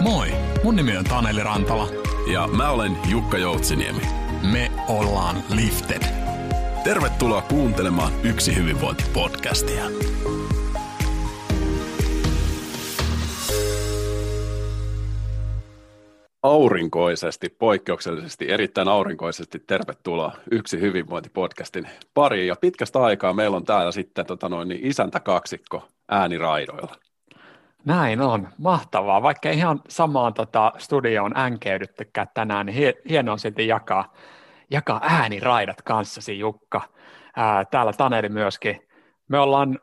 Moi, mun nimi on Taneli Rantala. Ja mä olen Jukka Joutsiniemi. Me ollaan Lifted. Tervetuloa kuuntelemaan Yksi hyvinvointi-podcastia. Aurinkoisesti, poikkeuksellisesti, erittäin aurinkoisesti tervetuloa Yksi hyvinvointi-podcastin pariin. Ja pitkästä aikaa meillä on täällä sitten isäntäkaksikko ääniraidoilla. Näin on, mahtavaa. Vaikka ihan samaan studioon änkeydyttykään tänään, niin hienoa silti jakaa ääniraidat kanssasi, Jukka. Täällä Taneli myöskin. Me ollaan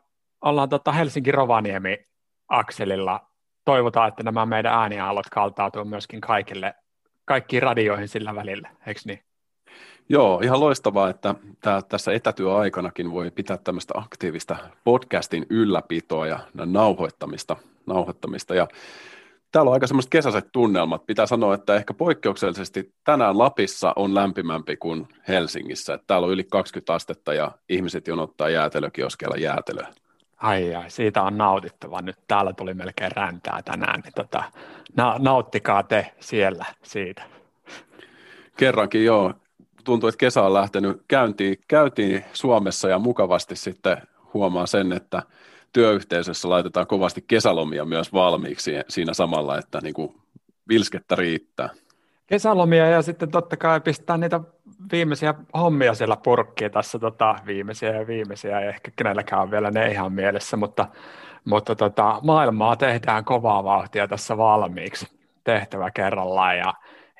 Helsinki-Rovaniemi-akselilla. Toivotaan, että nämä meidän ääniaallot kaltautuu myöskin kaikkiin radioihin sillä välillä, eikö niin? Joo, ihan loistavaa, että tässä etätyöaikanakin voi pitää tämmöistä aktiivista podcastin ylläpitoa ja nauhoittamista. Ja täällä on aika semmoiset kesäiset tunnelmat. Pitää sanoa, että ehkä poikkeuksellisesti tänään Lapissa on lämpimämpi kuin Helsingissä. Että täällä on yli 20 astetta ja ihmiset jonottaa jäätelökioskeilla jäätelöä. Ai, siitä on nautittava. Nyt täällä tuli melkein räntää tänään, niin nauttikaa te siellä siitä. Kerrankin joo. Tuntuu, että kesä on lähtenyt käyntiin Suomessa ja mukavasti sitten huomaa sen, että työyhteisössä laitetaan kovasti kesälomia myös valmiiksi siinä samalla, että niin kuin vilskettä riittää. Kesälomia ja sitten totta kai pistää niitä viimeisiä hommia siellä purkkiin tässä, viimeisiä, ja ehkä kenelläkään on vielä ne ihan mielessä, mutta maailmaa tehdään kovaa vauhtia tässä valmiiksi, tehtävä kerrallaan, ja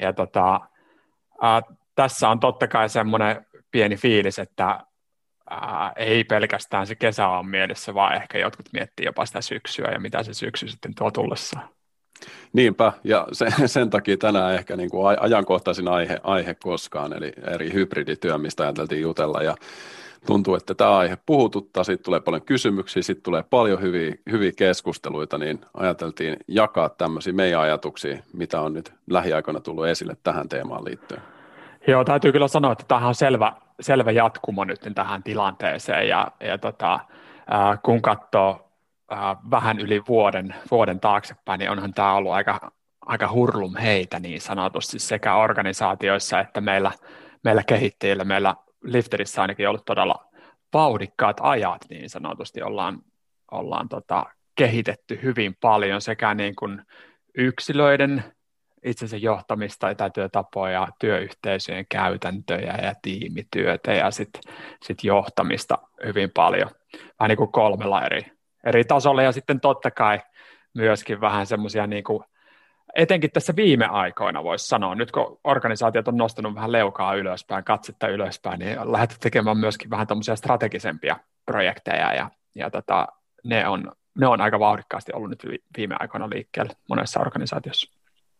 tässä on totta kai semmoinen pieni fiilis, että ei pelkästään se kesä on mielessä, vaan ehkä jotkut miettii jopa sitä syksyä ja mitä se syksy sitten tuo tullessaan. Niinpä, ja sen takia tänään ehkä niin kuin ajankohtaisin aihe koskaan, eli hybridityö, mistä ajateltiin jutella, ja tuntuu, että tämä aihe puhututtaa, siitä tulee paljon kysymyksiä, siitä tulee paljon hyviä keskusteluita, niin ajateltiin jakaa tämmöisiä meidän ajatuksia, mitä on nyt lähiaikoina tullut esille tähän teemaan liittyen. Joo, täytyy kyllä sanoa, että tämähän on selvä jatkumo nyt tähän tilanteeseen, ja kun katsoo vähän yli vuoden taaksepäin, niin onhan tämä ollut aika hurlum heitä niin sanotusti sekä organisaatioissa että meillä kehittäjillä, meillä Liftedissä ainakin ollut todella vauhdikkaat ajat niin sanotusti, ollaan kehitetty hyvin paljon sekä niin kuin yksilöiden itsensä johtamista, etätyötapoja, työyhteisöjen käytäntöjä ja tiimityötä ja sit johtamista hyvin paljon, vähän niin kuin 3 eri tasolla ja sitten totta kai myöskin vähän semmoisia niin kuin, etenkin tässä viime aikoina voisi sanoa, nyt kun organisaatiot on nostanut vähän leukaa ylöspäin, katsetta ylöspäin, niin lähdetty tekemään myöskin vähän tämmöisiä strategisempia projekteja ja ne on aika vauhdikkaasti ollut nyt viime aikoina liikkeellä monessa organisaatiossa.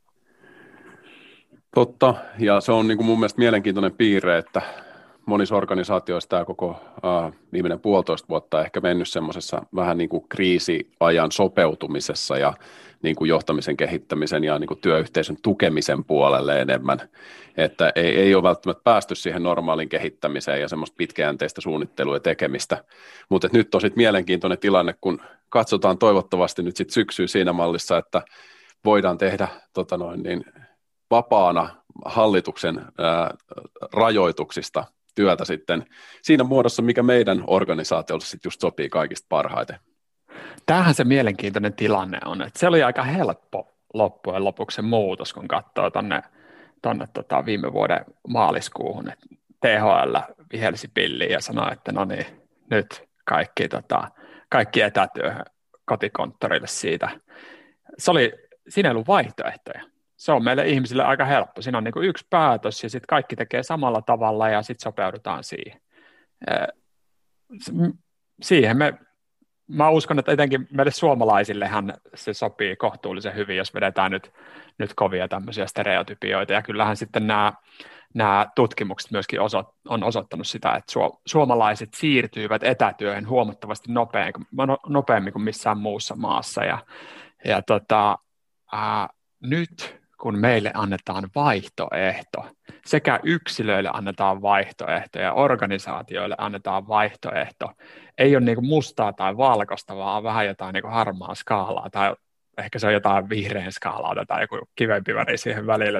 Totta, ja se on niin kuin mun mielestä mielenkiintoinen piirre, että monissa organisaatioissa tämä koko viimeinen 1,5 vuotta ehkä mennyt semmoisessa vähän niin kuin kriisiajan sopeutumisessa ja niin kuin johtamisen kehittämisen ja niin kuin työyhteisön tukemisen puolelle enemmän, että ei ole välttämättä päästy siihen normaalin kehittämiseen ja semmoista pitkäjänteistä suunnittelua ja tekemistä, mutta nyt on sitten mielenkiintoinen tilanne, kun katsotaan toivottavasti nyt sitten syksyä siinä mallissa, että voidaan tehdä vapaana hallituksen rajoituksista työtä sitten siinä muodossa, mikä meidän organisaatiolle sitten just sopii kaikista parhaiten. Tämähän se mielenkiintoinen tilanne on, että se oli aika helppo loppujen lopuksi se muutos, kun katsoo tuonne viime vuoden maaliskuuhun, että THL vihelsi pilliin ja sanoi, että no niin, nyt kaikki etätyöhön kotikonttorille siitä. Siinä ei ollut vaihtoehtoja. Se on meille ihmisille aika helppo. Siinä on niin kuin yksi päätös ja sitten kaikki tekee samalla tavalla ja sitten sopeudutaan siihen. Mä uskon, että etenkin meille suomalaisillehan se sopii kohtuullisen hyvin, jos vedetään nyt kovia tämmöisiä stereotypioita. Ja kyllähän sitten nämä tutkimukset myöskin on osoittanut sitä, että suomalaiset siirtyivät etätyöhön huomattavasti nopeammin kuin missään muussa maassa. Nyt kun meille annetaan vaihtoehto, sekä yksilöille annetaan vaihtoehto ja organisaatioille annetaan vaihtoehto, ei ole niin kuin mustaa tai valkoista, vaan vähän jotain niin kuin harmaa skaalaa ehkä se on jotain vihreän skaalaa tai joku kivempi väri siihen välillä,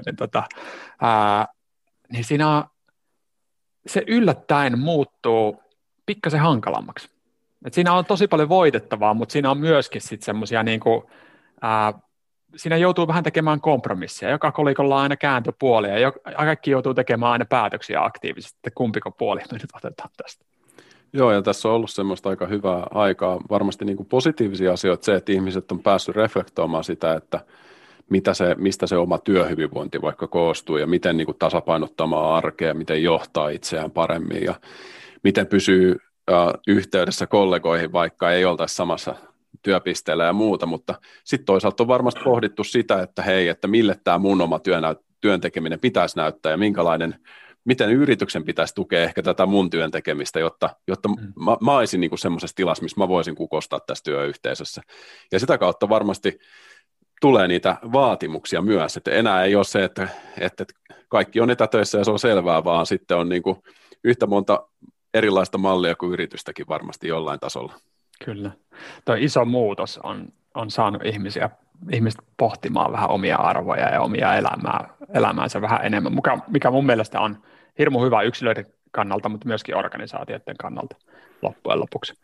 niin siinä se yllättäen muuttuu pikkasen hankalammaksi. Et siinä on tosi paljon voitettavaa, mutta siinä on myöskin sitten semmoisia, niinku, siinä joutuu vähän tekemään kompromisseja. Joka kolikolla on aina kääntöpuolia ja kaikki joutuu tekemään aina päätöksiä aktiivisesti, että kumpiko puoli me nyt otetaan tästä. Joo, ja tässä on ollut semmoista aika hyvää aikaa. Varmasti niin kuin positiivisia asioita se, että ihmiset on päässyt reflektoimaan sitä, että mistä se oma työhyvinvointi vaikka koostuu ja miten niin kuin tasapainottamaan arkea, miten johtaa itseään paremmin ja miten pysyy yhteydessä kollegoihin, vaikka ei oltaisi samassa työpisteellä ja muuta, mutta sitten toisaalta on varmasti pohdittu sitä, että hei, että mille tämä mun oma työn tekeminen pitäisi näyttää ja miten yrityksen pitäisi tukea ehkä tätä mun työn tekemistä, jotta mä olisin niin kuin semmoisessa tilassa, missä mä voisin kukostaa tässä työyhteisössä. Ja sitä kautta varmasti tulee niitä vaatimuksia myös, että enää ei ole se, että kaikki on etätöissä ja se on selvää, vaan sitten on niin kuin yhtä monta erilaista mallia kuin yritystäkin varmasti jollain tasolla. Kyllä. Tuo iso muutos on saanut ihmiset pohtimaan vähän omia arvoja ja omia elämäänsä vähän enemmän, mikä mun mielestä on hirmu hyvä yksilöiden kannalta, mutta myöskin organisaatioiden kannalta loppujen lopuksi.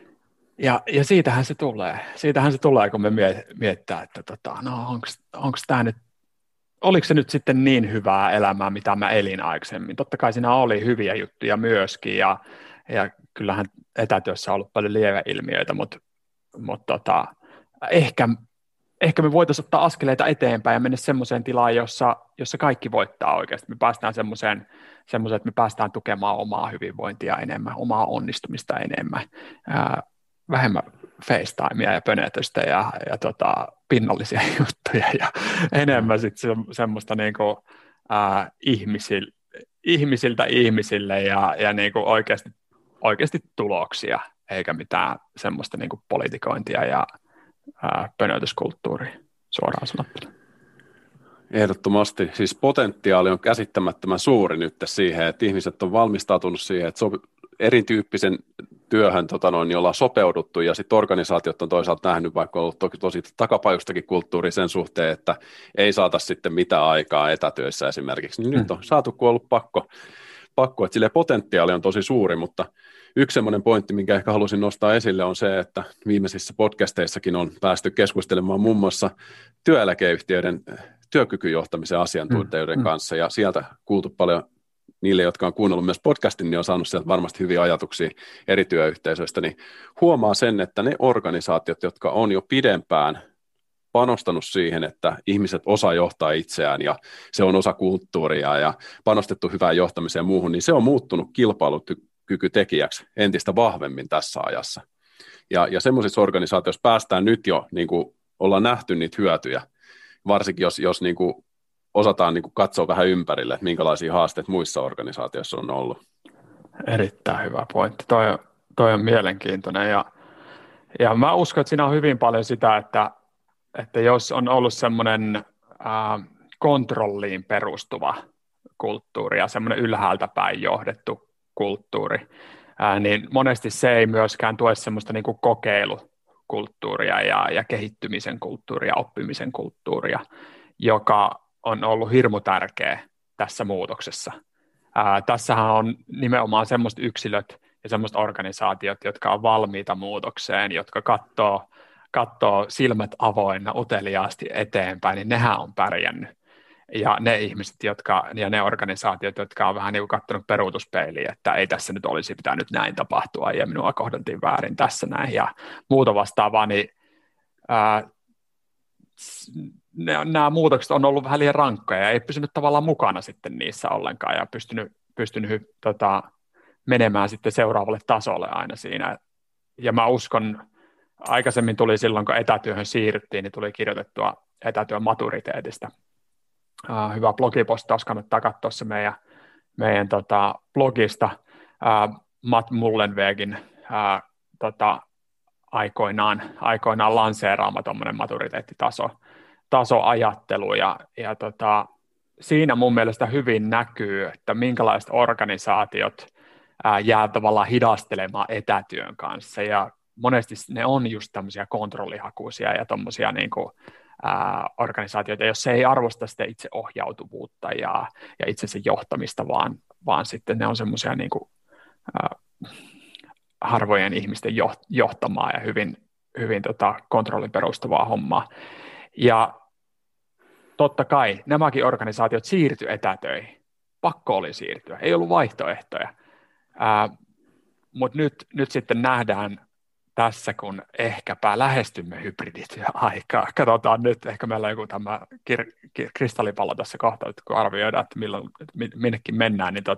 Ja siitähän se tulee, kun me miettää, että onko tämä nyt, oliko se nyt sitten niin hyvää elämää, mitä mä elin aikaisemmin. Totta kai siinä oli hyviä juttuja myöskin, ja kyllähän etätyössä on ollut paljon lieveilmiöitä, mutta ehkä me voitaisiin ottaa askeleita eteenpäin ja mennä semmoiseen tilaan, jossa kaikki voittaa oikeasti. Me päästään semmoiseen, että me päästään tukemaan omaa hyvinvointia enemmän, omaa onnistumista enemmän, vähemmän FaceTimea ja pönötöstä ja pinnallisia juttuja ja enemmän sitten semmoista niinku, ihmisiltä ihmisille ja niinku oikeasti tuloksia, eikä mitään semmoista niinku politikointia ja pönötyskulttuuria suoraan sanottuna. Ehdottomasti. Siis potentiaali on käsittämättömän suuri nyt siihen, että ihmiset on valmistautunut siihen, että erityyppisen työhön niin ollaan sopeuduttu ja sitten organisaatiot on toisaalta nähnyt, vaikka on ollut tosi takapajustakin kulttuuri sen suhteen, että ei saata sitten mitään aikaa etätyössä esimerkiksi. Niin nyt on saatu, kun on ollut pakko, että sille potentiaali on tosi suuri, mutta yksi semmoinen pointti, minkä ehkä halusin nostaa esille, on se, että viimeisissä podcasteissakin on päästy keskustelemaan muun muassa työeläkeyhtiöiden työkykyjohtamisen asiantuntijoiden kanssa, ja sieltä kuultu paljon niille, jotka on kuunnellut myös podcastin, niin on saanut sieltä varmasti hyviä ajatuksia eri työyhteisöistä, niin huomaa sen, että ne organisaatiot, jotka on jo pidempään panostanut siihen, että ihmiset osaa johtaa itseään ja se on osa kulttuuria ja panostettu hyvään johtamiseen ja muuhun, niin se on muuttunut kilpailukykytekijäksi entistä vahvemmin tässä ajassa. Ja semmoisissa organisaatioissa päästään nyt jo, niin kuin ollaan nähty niitä hyötyjä, varsinkin jos niin kuin osataan niin kuin katsoa vähän ympärille, että minkälaisia haasteita muissa organisaatioissa on ollut. Erittäin hyvä pointti. Toi on mielenkiintoinen ja mä uskon, että siinä on hyvin paljon sitä, että jos on ollut semmoinen kontrolliin perustuva kulttuuri ja semmoinen ylhäältä päin johdettu kulttuuri, niin monesti se ei myöskään tue semmoista niin kuin kokeilukulttuuria ja kehittymisen kulttuuria, oppimisen kulttuuria, joka on ollut hirmu tärkeä tässä muutoksessa. Tässähän on nimenomaan semmoiset yksilöt ja semmoiset organisaatiot, jotka on valmiita muutokseen, jotka katsoo silmät avoinna uteliaasti eteenpäin, niin nehän on pärjännyt. Ja ne ihmiset, ja ne organisaatiot, jotka on vähän niin kuin katsonut peruutuspeiliin, että ei tässä nyt olisi pitänyt näin tapahtua, ja minua kohdeltiin väärin tässä näin, ja muuta vastaavaa, niin nämä muutokset on ollut vähän liian rankkoja, ja ei pysynyt tavallaan mukana sitten niissä ollenkaan, ja pystynyt menemään sitten seuraavalle tasolle aina siinä. Ja mä uskon, aikaisemmin tuli silloin, kun etätyöhön siirryttiin, niin tuli kirjoitettua etätyön maturiteetista. Hyvä blogipostaus, kannattaa katsoa se meidän blogista. Matt Mullenwegin aikoinaan lanseeraama tuommoinen maturiteettitasoajattelu, ja siinä mun mielestä hyvin näkyy, että minkälaiset organisaatiot jää tavallaan hidastelemaan etätyön kanssa, ja monesti ne on just tämmöisiä kontrollihakuisia ja tommosia niin kuin, organisaatioita, jos se ei arvosta sitä itseohjautuvuutta ja itsensä johtamista, vaan sitten ne on semmoisia niin kuin, harvojen ihmisten johtamaa ja hyvin kontrollin perustuvaa hommaa. Ja totta kai nämäkin organisaatiot siirtyi etätöihin. Pakko oli siirtyä, ei ollut vaihtoehtoja. Mutta nyt sitten nähdään tässä, kun ehkäpä lähestymme hybridityöaikaa. Katsotaan nyt, ehkä meillä on joku tämä kristallipallo tässä kohtaa, kun arvioidaan, että milloin minnekin mennään, niin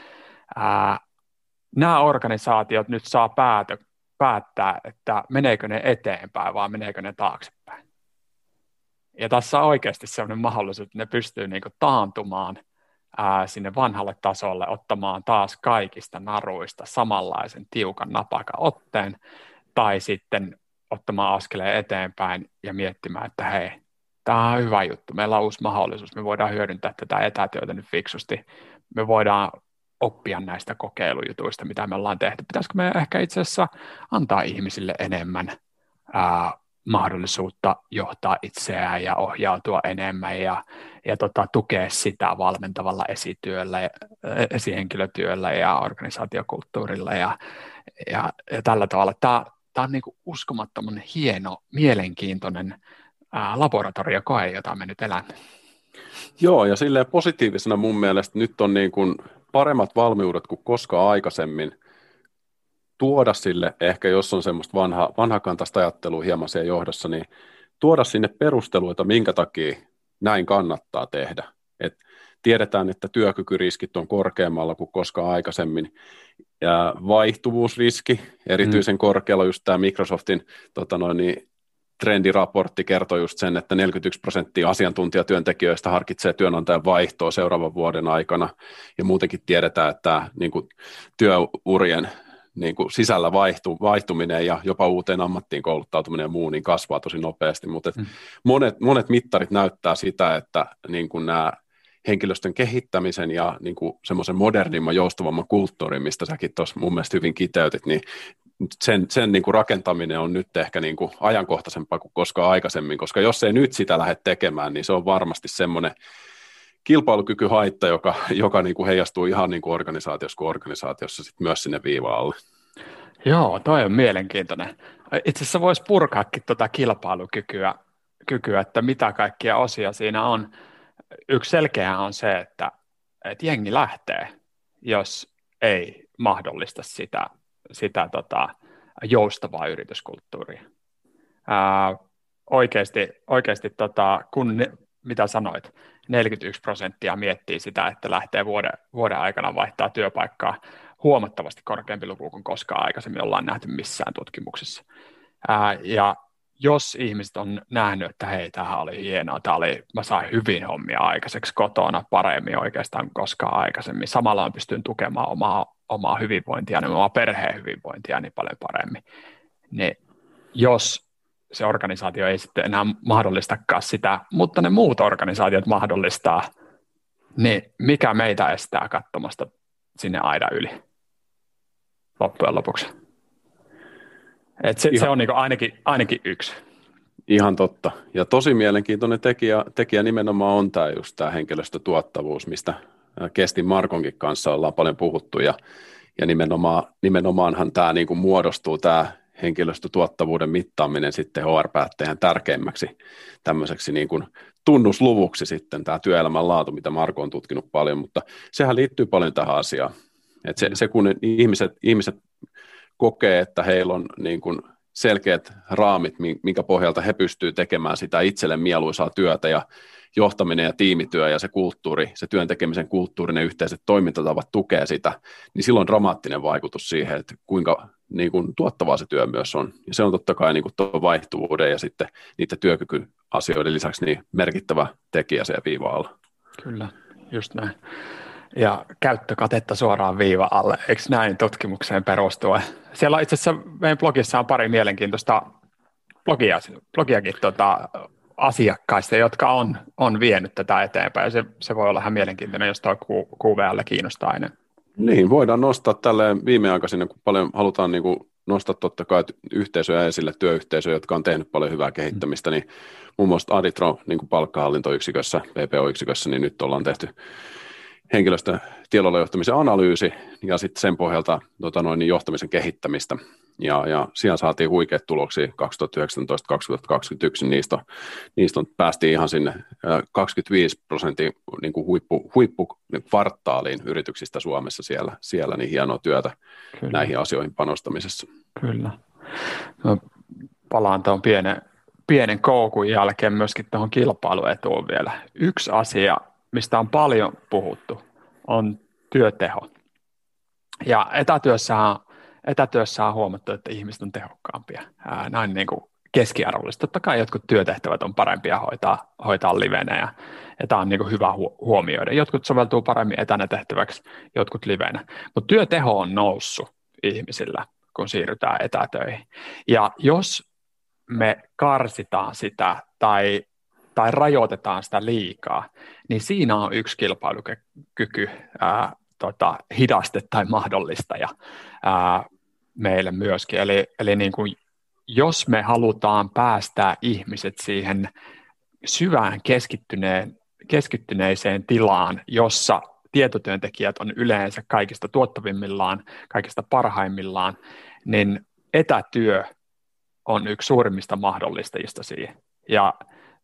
nämä organisaatiot nyt saa päättää, että meneekö ne eteenpäin vai meneekö ne taaksepäin. Ja tässä on oikeasti sellainen mahdollisuus, että ne pystyy niinku taantumaan sinne vanhalle tasolle, ottamaan taas kaikista naruista samanlaisen tiukan napakan otteen, tai sitten ottamaan askeleen eteenpäin ja miettimään, että hei, tämä on hyvä juttu, meillä on uusi mahdollisuus, me voidaan hyödyntää tätä etätyötä nyt fiksusti, me voidaan oppia näistä kokeilujutuista, mitä me ollaan tehty. Pitäisikö me ehkä itse asiassa antaa ihmisille enemmän mahdollisuutta johtaa itseään ja ohjautua enemmän ja tukea sitä valmentavalla esityöllä, esihenkilötyöllä ja organisaatiokulttuurilla ja tällä tavalla. Tämä on niin kuin uskomattoman hieno, mielenkiintoinen laboratoriokoe, jota me nyt elämme. Joo, ja silleen positiivisena mun mielestä nyt on niin kuin paremmat valmiudet kuin koskaan aikaisemmin tuoda sille, ehkä jos on semmoista vanhakantaista ajattelua hieman siellä johdossa, niin tuoda sinne perusteluita, minkä takia näin kannattaa tehdä. Et tiedetään, että työkykyriskit on korkeammalla kuin koskaan aikaisemmin, ja vaihtuvuusriski erityisen korkealla, just tämä Microsoftin trendiraportti kertoi just sen, että 41% asiantuntijatyöntekijöistä harkitsee työnantajan vaihtoa seuraavan vuoden aikana, ja muutenkin tiedetään, että niin kuin työurien niin kuin sisällä vaihtuminen ja jopa uuteen ammattiin kouluttautuminen ja muu niin kasvaa tosi nopeasti, mutta monet mittarit näyttää sitä, että niin kuin nämä henkilöstön kehittämisen ja niin kuin semmoisen modernimman, joustavamman kulttuurin, mistä säkin tuossa mun mielestä hyvin kiteytit, niin sen niin kuin rakentaminen on nyt ehkä niin kuin ajankohtaisempaa kuin koskaan aikaisemmin, koska jos ei nyt sitä lähde tekemään, niin se on varmasti semmoinen kilpailukykyhaitta, joka niin kuin heijastuu ihan niin kuin organisaatiossa sit myös sinne viivaan. Joo, toi on mielenkiintoinen. Itse asiassa voisi purkaakin tuota kilpailukykyä, että mitä kaikkia osia siinä on. Yksi selkeä on se, että jengi lähtee, jos ei mahdollista sitä joustavaa yrityskulttuuria. Oikeasti kun mitä sanoit, 41% miettii sitä, että lähtee vuoden aikana vaihtaa työpaikkaa, huomattavasti korkeampi luku kuin koskaan aikaisemmin ollaan nähty missään tutkimuksessa. Ja jos ihmiset on nähnyt, että hei, tämähän oli hienoa, mä sain hyvin hommia aikaiseksi kotona paremmin oikeastaan kuin koskaan aikaisemmin, samalla on pystyn tukemaan omaa hyvinvointia, omaa perheen hyvinvointia niin paljon paremmin, niin jos se organisaatio ei sitten enää mahdollistakaan sitä, mutta ne muut organisaatiot mahdollistaa, niin mikä meitä estää katsomasta sinne aidan yli loppujen lopuksi? Se on niinku ainakin yksi. Ihan totta. Ja tosi mielenkiintoinen tekijä nimenomaan on tämä henkilöstötuottavuus, mistä Kestin Markonkin kanssa ollaan paljon puhuttu, ja nimenomaanhan tämä niinku muodostuu tämä henkilöstötuottavuuden mittaaminen sitten HR-päättäjän tärkeimmäksi tämmöiseksi niin kuin tunnusluvuksi sitten tämä työelämän laatu, mitä Marko on tutkinut paljon, mutta sehän liittyy paljon tähän asiaan. Että se kun ihmiset kokee, että heillä on niin kuin selkeät raamit, minkä pohjalta he pystyvät tekemään sitä itselle mieluisaa työtä ja johtaminen ja tiimityö ja se kulttuuri, se työn tekemisen kulttuuri, ne yhteiset toimintatavat tukee sitä, niin silloin on dramaattinen vaikutus siihen, että kuinka niin kuin tuottavaa se työ myös on. Ja se on totta kai niin kuin tuon vaihtuvuuden ja sitten niiden työkykyasioiden lisäksi niin merkittävä tekijä siellä viiva alla. Kyllä, just näin. Ja käyttökatetta suoraan viiva alle, eikö näin tutkimukseen perustuen? Siellä itse asiassa meidän blogissa on pari mielenkiintoista blogiakin asiakkaista, jotka on vienyt tätä eteenpäin. Se voi olla ihan mielenkiintoinen, jos tuo QVL kiinnostaa aina. Niin, voidaan nostaa tälleen viimeaikaisina, kun paljon halutaan niin kuin nostat totta kai yhteisöjä esille, työyhteisöjä, jotka on tehnyt paljon hyvää kehittämistä, niin muun muassa Aditro niin kuin palkkahallintoyksikössä, PPO-yksikössä, niin nyt ollaan tehty henkilöstön tiedolla johtamisen analyysi ja sitten sen pohjalta niin johtamisen kehittämistä. Ja siellä saatiin huikeat tuloksia 2019-2021, niistä päästiin ihan sinne 25% niin kuin huippukvartaaliin yrityksistä Suomessa siellä niin hienoa työtä Kyllä. näihin asioihin panostamisessa. Kyllä. No, palaan tuon pienen koukun jälkeen myöskin tuohon kilpailuetuun vielä. Yksi asia, mistä on paljon puhuttu, on työteho. Ja etätyössä on huomattu, että ihmiset on tehokkaampia. Näin niin kuin keskiarvollisesti. Totta kai jotkut työtehtävät on parempia hoitaa livenä ja tämä on niin kuin hyvä huomioida. Jotkut soveltuu paremmin etänä tehtäväksi, jotkut livenä. Mutta työteho on noussut ihmisillä, kun siirrytään etätöihin. Ja jos me karsitaan sitä tai rajoitetaan sitä liikaa, niin siinä on yksi kilpailukyky hidaste tai mahdollistaja meille myöskin. Eli niin kuin, jos me halutaan päästää ihmiset siihen syvään keskittyneeseen tilaan, jossa tietotyöntekijät on yleensä kaikista tuottavimmillaan, kaikista parhaimmillaan, niin etätyö on yksi suurimmista mahdollistajista siihen. Ja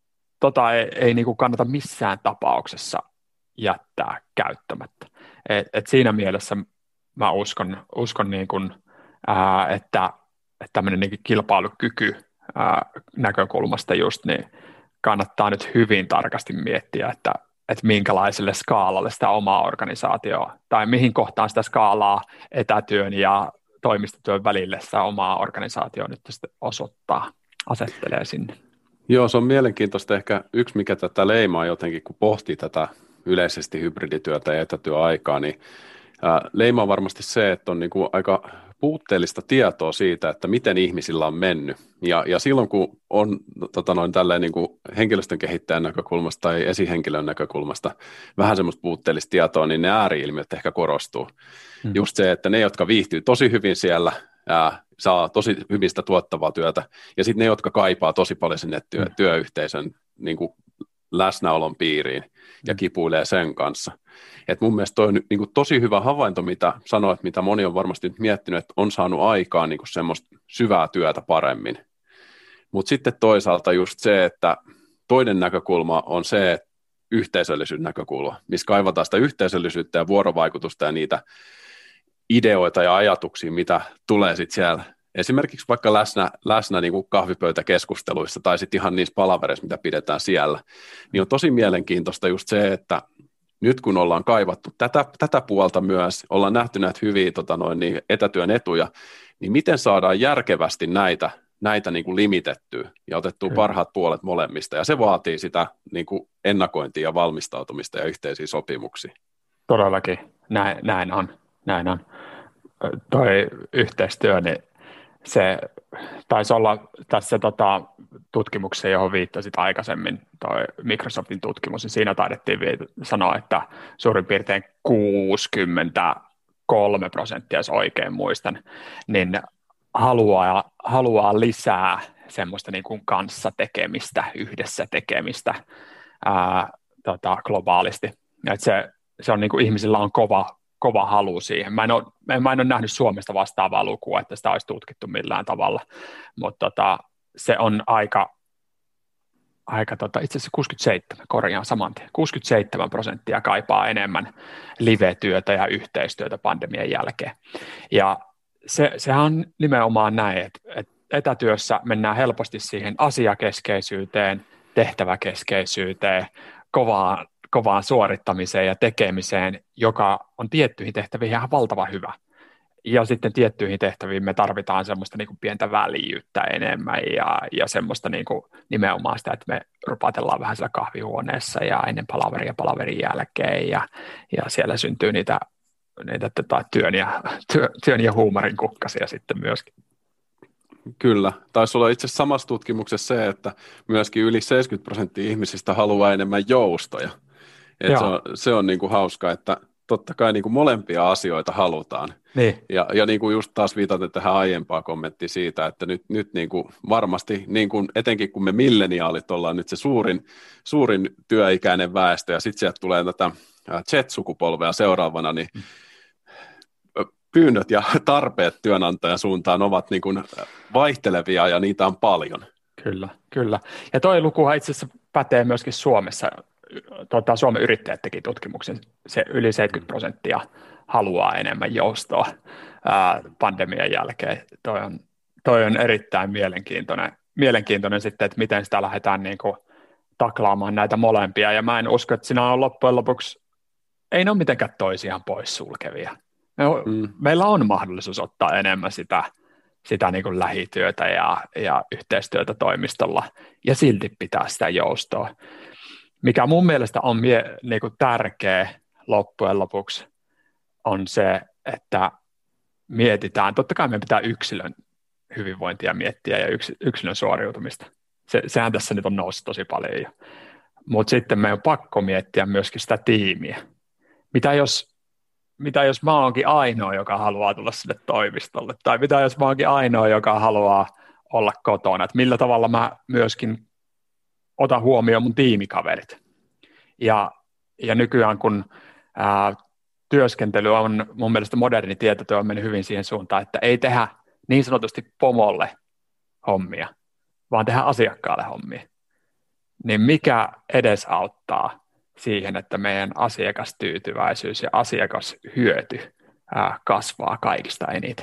ei niin kuin kannata missään tapauksessa jättää käyttämättä. Et siinä mielessä mä uskon niin kuin, että tämmöinen niin kilpailukyky näkökulmasta just, niin kannattaa nyt hyvin tarkasti miettiä, että minkälaiselle skaalalle sitä omaa organisaatioa, tai mihin kohtaan sitä skaalaa etätyön ja toimistotyön välille sitä omaa organisaatioa nyt asettelee sinne. Joo, se on mielenkiintoista. Ehkä yksi, mikä tätä leimaa jotenkin, kun pohtii tätä yleisesti hybridityötä ja etätyöaikaa, niin leimaa varmasti se, että on niin kuin aika puutteellista tietoa siitä, että miten ihmisillä on mennyt. Ja silloin, kun on tälleen niin kuin henkilöstön kehittäjän näkökulmasta tai esihenkilön näkökulmasta vähän semmoista puutteellista tietoa, niin ne ääri-ilmiöt ehkä korostuu. Just se, että ne, jotka viihtyy tosi hyvin siellä, saa tosi hyvin sitä tuottavaa työtä, ja sitten ne, jotka kaipaa tosi paljon sinne työyhteisön niin kuin läsnäolon piiriin ja kipuilee sen kanssa. Et mun mielestä toi on niin kuin tosi hyvä havainto, mitä sanoit, mitä moni on varmasti nyt miettinyt, että on saanut aikaan niin kuin semmoista syvää työtä paremmin. Mutta sitten toisaalta just se, että toinen näkökulma on se yhteisöllisyyden näkökulma, missä kaivataan sitä yhteisöllisyyttä ja vuorovaikutusta ja niitä ideoita ja ajatuksia, mitä tulee sitten siellä esimerkiksi vaikka läsnä niin kuin kahvipöytäkeskusteluissa tai sitten ihan niissä palavereissa, mitä pidetään siellä, niin on tosi mielenkiintoista just se, että nyt kun ollaan kaivattu tätä puolta myös, ollaan nähty näitä hyviä niin etätyön etuja, niin miten saadaan järkevästi näitä niin kuin limitettyä ja otettua parhaat puolet molemmista, ja se vaatii sitä niin kuin ennakointia ja valmistautumista ja yhteisiä sopimuksia. Todellakin, näin on. Toi yhteistyö, niin se taisi olla tässä tutkimuksessa, johon viittasit aikaisemmin, toi Microsoftin tutkimus, niin siinä taidettiin sanoa, että suurin piirtein 63%, jos oikein muistan, niin haluaa lisää semmoista niin kuin kanssa tekemistä, yhdessä tekemistä globaalisti. Et se on niin kuin ihmisillä on kova halu siihen. Mä en ole nähnyt Suomesta vastaavaa lukua, että sitä olisi tutkittu millään tavalla, mutta se on aika itse asiassa 67, korjaan saman tien, 67% kaipaa enemmän live-työtä ja yhteistyötä pandemian jälkeen. Ja sehän on nimenomaan näin, että etätyössä mennään helposti siihen asiakeskeisyyteen, tehtäväkeskeisyyteen, kovaan suorittamiseen ja tekemiseen, joka on tiettyihin tehtäviin ihan valtavan hyvä. Ja sitten tiettyihin tehtäviin me tarvitaan semmoista niin kuin pientä väljyyttä enemmän ja semmoista niin kuin nimenomaan sitä, että me rupatellaan vähän siellä kahvihuoneessa ja ennen palaveria palaverin jälkeen ja siellä syntyy niitä työn ja huumorin kukkasia sitten myöskin. Kyllä. Taisi olla itse asiassa samassa tutkimuksessa se, että myöskin yli 70% ihmisistä haluaa enemmän joustoja. Se on niin kuin hauska, että totta kai niin kuin molempia asioita halutaan. Niin. Ja niin kuin just taas viitaten tähän aiempaan kommenttiin siitä, että nyt niin kuin varmasti, niin kuin etenkin kun me milleniaalit ollaan nyt se suurin työikäinen väestö, ja sitten sieltä tulee tätä Z-sukupolvea seuraavana, niin pyynnöt ja tarpeet työnantajan suuntaan ovat niin kuin vaihtelevia, ja niitä on paljon. Kyllä, kyllä. Ja toi lukuhan itse asiassa pätee myöskin Suomessa. Suomen yrittäjät teki tutkimuksen, se yli 70% haluaa enemmän joustoa pandemian jälkeen. Toi on erittäin mielenkiintoinen sitten, että miten sitä lähdetään niin kuin taklaamaan näitä molempia, ja mä en usko, että siinä on loppujen lopuksi, ei ne ole mitenkään toisiaan poissulkevia. Meillä on mahdollisuus ottaa enemmän sitä niin kuin lähityötä ja yhteistyötä toimistolla, ja silti pitää sitä joustoa. Mikä mun mielestä on niin kuin tärkeä loppujen lopuksi, on se, että mietitään, totta kai meidän pitää yksilön hyvinvointia miettiä ja yksilön suoriutumista. Sehän tässä nyt on noussut tosi paljon jo. Mutta sitten meidän on pakko miettiä myöskin sitä tiimiä. Mitä jos mä oonkin ainoa, joka haluaa tulla sinne toimistolle? Tai mitä jos mä oonkin ainoa, joka haluaa olla kotona? Et millä tavalla mä myöskin otan huomioon mun tiimikaverit? Ja nykyään, kun työskentely on, mun mielestä moderni tietotyö on mennyt hyvin siihen suuntaan, että ei tehdä niin sanotusti pomolle hommia, vaan tehdä asiakkaalle hommia. Niin mikä edesauttaa siihen, että meidän asiakastyytyväisyys ja asiakashyöty kasvaa kaikista eniten?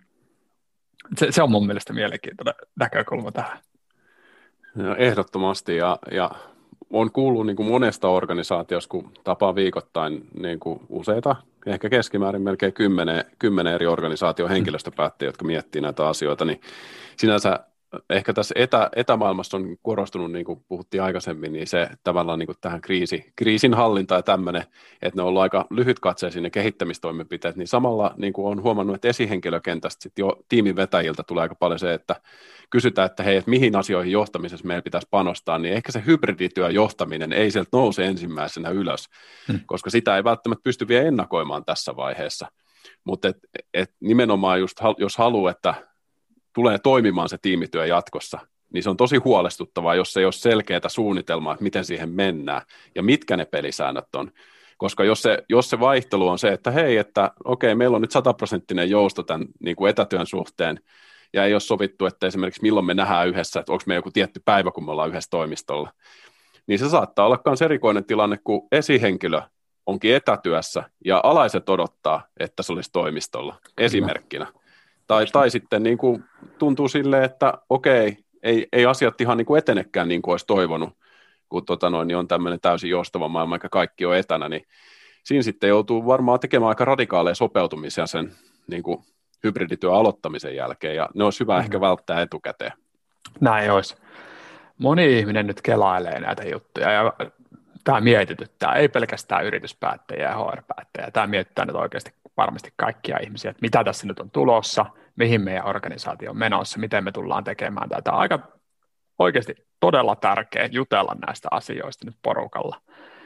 Se on mun mielestä mielenkiintoinen näkökulma tähän. Ja ehdottomasti, ja olen kuullut niin kuin monesta organisaatiosta, kun tapaa viikoittain niin kuin useita, ehkä keskimäärin melkein 10 eri organisaation henkilöstöpäättäjiä, jotka miettii näitä asioita, niin sinänsä ehkä tässä etämaailmassa on korostunut, niin kuin puhuttiin aikaisemmin, niin se tavallaan niin kuin tähän kriisin hallinta ja tämmöinen, että ne on ollut aika lyhytkatseisia ne kehittämistoimenpiteet, niin samalla niin kuin on huomannut, että esihenkilökentästä sitten jo tiimin vetäjiltä tulee aika paljon se, että kysytään, että hei, että mihin asioihin johtamisessa meillä pitäisi panostaa, niin ehkä se hybridityön johtaminen ei sieltä nouse ensimmäisenä ylös, koska sitä ei välttämättä pysty vielä ennakoimaan tässä vaiheessa, mutta nimenomaan just, jos haluaa, että tulee toimimaan se tiimityö jatkossa, niin se on tosi huolestuttavaa, jos ei ole selkeää suunnitelmaa, että miten siihen mennään ja mitkä ne pelisäännöt on. Koska jos se vaihtelu on se, että hei, että okei, meillä on nyt 100% jousto tämän niin kuin etätyön suhteen, ja ei ole sovittu, että esimerkiksi milloin me nähdään yhdessä, että onko me joku tietty päivä, kun me ollaan yhdessä toimistolla, niin se saattaa olla myös erikoinen tilanne, kun esihenkilö onkin etätyössä ja alaiset odottaa, että se olisi toimistolla esimerkkinä. Tai sitten niin kuin tuntuu silleen, että okei, ei asiat ihan niin kuin etenekään niin kuin olisi toivonut, kun niin on tämmöinen täysin joustava maailma, eikä kaikki ole etänä, niin siinä sitten joutuu varmaan tekemään aika radikaaleja sopeutumisia sen niin kuin hybridityön aloittamisen jälkeen, ja ne olisi hyvä ehkä välttää etukäteen. Näin olisi. Moni ihminen nyt kelailee näitä juttuja, ja tämä mietityttää, ei pelkästään yrityspäättäjiä ja HR-päättäjiä, tämä mietityttää nyt oikeasti varmasti kaikkia ihmisiä, että mitä tässä nyt on tulossa, mihin meidän organisaatio on menossa, miten me tullaan tekemään tätä. Aika oikeasti todella tärkeää jutella näistä asioista nyt porukalla,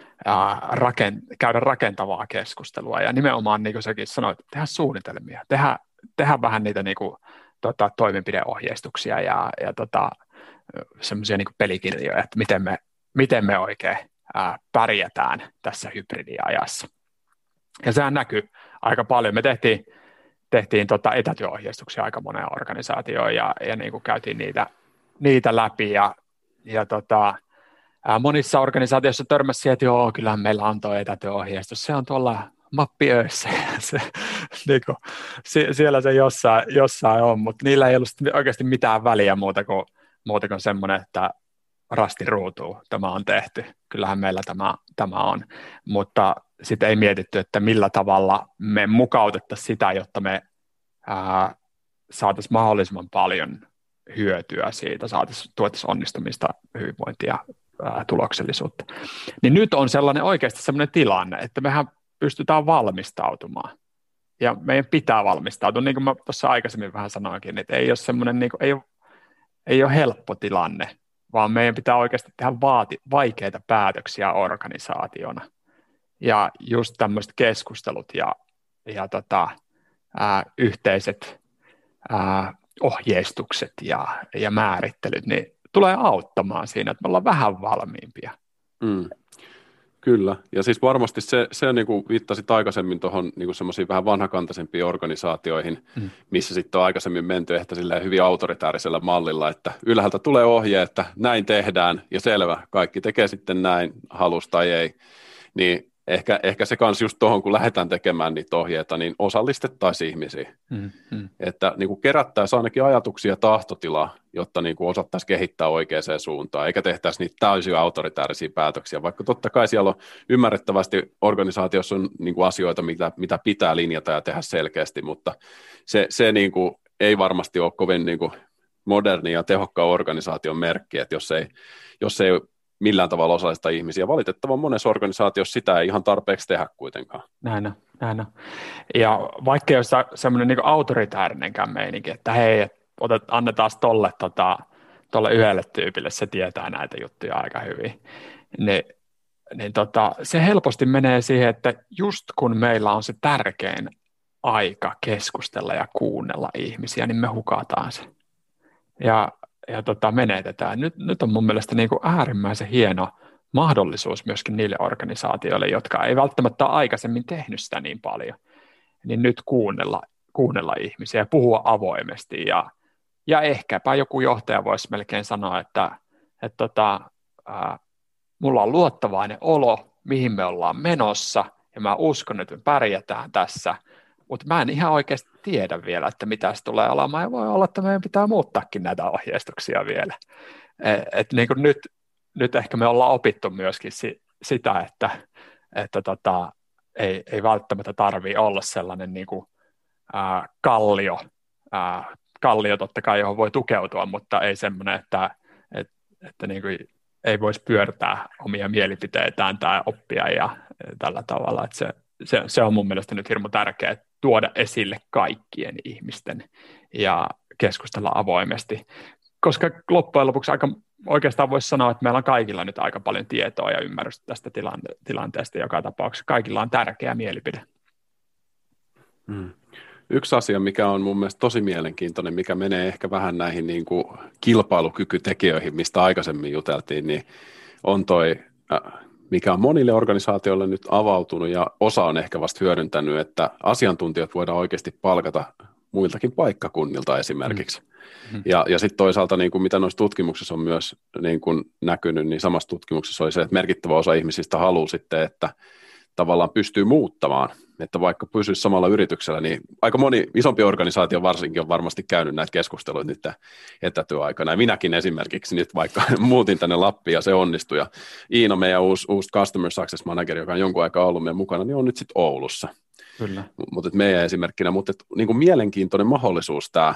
käydä rakentavaa keskustelua, ja nimenomaan niin kuin säkin sanoit, tehdä suunnitelmia, tehdä vähän niitä niin kuin, toimenpideohjeistuksia ja semmoisia niin kuin pelikirjoja, että miten me oikein pärjätään tässä hybridiajassa. Ja sehän näkyy aika paljon. Me tehtiin etätyöohjeistuksia aika moneen organisaatioon ja niin kuin käytiin niitä läpi ja monissa organisaatioissa törmäsi siihen, että joo, kyllähän meillä on tuo etätyöohjeistus. Se on tuolla mappiöissä. Siellä se jossain on, mutta niillä ei ollut oikeasti mitään väliä muuta kuin semmoinen, että rasti ruutuu, tämä on tehty. Kyllähän meillä tämä on, mutta sitten ei mietitty, että millä tavalla me mukautettaisiin sitä, jotta me saataisiin mahdollisimman paljon hyötyä siitä, tuotaisiin onnistumista, hyvinvointia, tuloksellisuutta. Niin nyt on oikeasti sellainen tilanne, että mehän pystytään valmistautumaan. Ja meidän pitää valmistautua, niin kuin mä tuossa aikaisemmin vähän sanoinkin, että ei ole semmoinen, niin kuin, ei ole helppo tilanne, vaan meidän pitää oikeasti tehdä vaikeita päätöksiä organisaationa. ja just tämmöiset keskustelut ja yhteiset ohjeistukset ja määrittelyt, niin tulee auttamaan siinä, että me ollaan vähän valmiimpia. Kyllä, ja siis varmasti se niin kuin viittasit aikaisemmin tuohon niin semmoisiin vähän vanhakantaisempiin organisaatioihin, missä sitten on aikaisemmin menty ehkä silleen hyvin autoritäärisellä mallilla, että ylhäältä tulee ohje, että näin tehdään, ja selvä, kaikki tekee sitten näin, halus tai ei, niin ehkä se kanssa just tuohon, kun lähdetään tekemään niitä ohjeita, niin osallistettaisiin ihmisiä. Että niin kuin kerättäisiin ainakin ajatuksia ja tahtotilaa, jotta niin kuin osattaisiin kehittää oikeaan suuntaan, eikä tehtäisi niitä täysin autoritäärisiä päätöksiä, vaikka totta kai siellä on ymmärrettävästi organisaatiossa on niin kuin asioita, mitä pitää linjata ja tehdä selkeästi, mutta se niin kuin ei varmasti ole kovin niin kuin moderni ja tehokkaan organisaation merkki, että jos ei millään tavalla osallista ihmisiä. Valitettavan monessa organisaatiossa sitä ei ihan tarpeeksi tehdä kuitenkaan. Näin on. Ja vaikka ei ole semmoinen niin autoritäärinenkään meininki, että hei, annetaan tolle yhdelle tyypille, se tietää näitä juttuja aika hyvin, niin se helposti menee siihen, että just kun meillä on se tärkein aika keskustella ja kuunnella ihmisiä, niin me hukataan se. Ja menetetään. Nyt on mun mielestä niin kuin äärimmäisen hieno mahdollisuus myöskin niille organisaatioille, jotka ei välttämättä ole aikaisemmin tehnyt sitä niin paljon, niin nyt kuunnella ihmisiä ja puhua avoimesti. Ja ehkäpä joku johtaja voisi melkein sanoa, että mulla on luottavainen olo, mihin me ollaan menossa, ja mä uskon, että me pärjätään tässä, mutta mä en ihan oikeasti tiedä vielä, että mitä se tulee olemaan, ja voi olla, että meidän pitää muuttaakin näitä ohjeistuksia vielä. Et niin kuin nyt ehkä me ollaan opittu myöskin sitä, että ei välttämättä tarvitse olla sellainen niin kuin, kallio totta kai, johon voi tukeutua, mutta ei semmoinen, että niin kuin ei voisi pyörtää omia mielipiteitään tai oppia ja tällä tavalla, että se on mun mielestä nyt hirmu tärkeää tuoda esille kaikkien ihmisten ja keskustella avoimesti, koska loppujen lopuksi oikeastaan voisi sanoa, että meillä on kaikilla nyt aika paljon tietoa ja ymmärrystä tästä tilanteesta joka tapauksessa. Kaikilla on tärkeä mielipide. Yksi asia, mikä on mun mielestä tosi mielenkiintoinen, mikä menee ehkä vähän näihin niin kuin kilpailukykytekijöihin, mistä aikaisemmin juteltiin, niin on toi, mikä on monille organisaatioille nyt avautunut ja osa on ehkä vasta hyödyntänyt, että asiantuntijat voidaan oikeasti palkata muiltakin paikkakunnilta esimerkiksi. Ja sitten toisaalta, niin kuin mitä noissa tutkimuksissa on myös niin kuin näkynyt, niin samassa tutkimuksessa oli se, että merkittävä osa ihmisistä haluaa sitten, että tavallaan pystyy muuttamaan, että vaikka pysyisi samalla yrityksellä, niin aika moni isompi organisaatio varsinkin on varmasti käynyt näitä keskusteluita nyt etätyöaikana. Ja minäkin esimerkiksi nyt vaikka muutin tänne Lappiin ja se onnistui. Ja Iina, meidän uusi Customer Success Manager, joka on jonkun aikaa ollut meidän mukana, niin on nyt sitten Oulussa. Kyllä. Mutta meidän esimerkkinä, mutta niin kuin mielenkiintoinen mahdollisuus tämä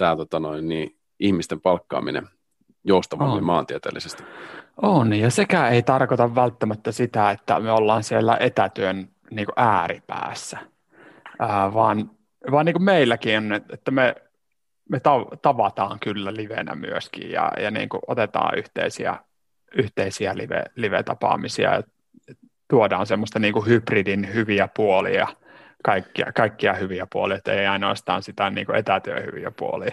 ihmisten palkkaaminen joustavammin maantieteellisesti. On, ja sekä ei tarkoita välttämättä sitä, että me ollaan siellä etätyön niin kuin ääripäässä, vaan niin kuin meilläkin on, että me tavataan kyllä livenä myöskin ja niin kuin otetaan yhteisiä live-tapaamisia ja tuodaan semmoista niin kuin hybridin hyviä puolia, kaikkia hyviä puolia, että ei ainoastaan sitä niin kuin etätyön hyviä puolia.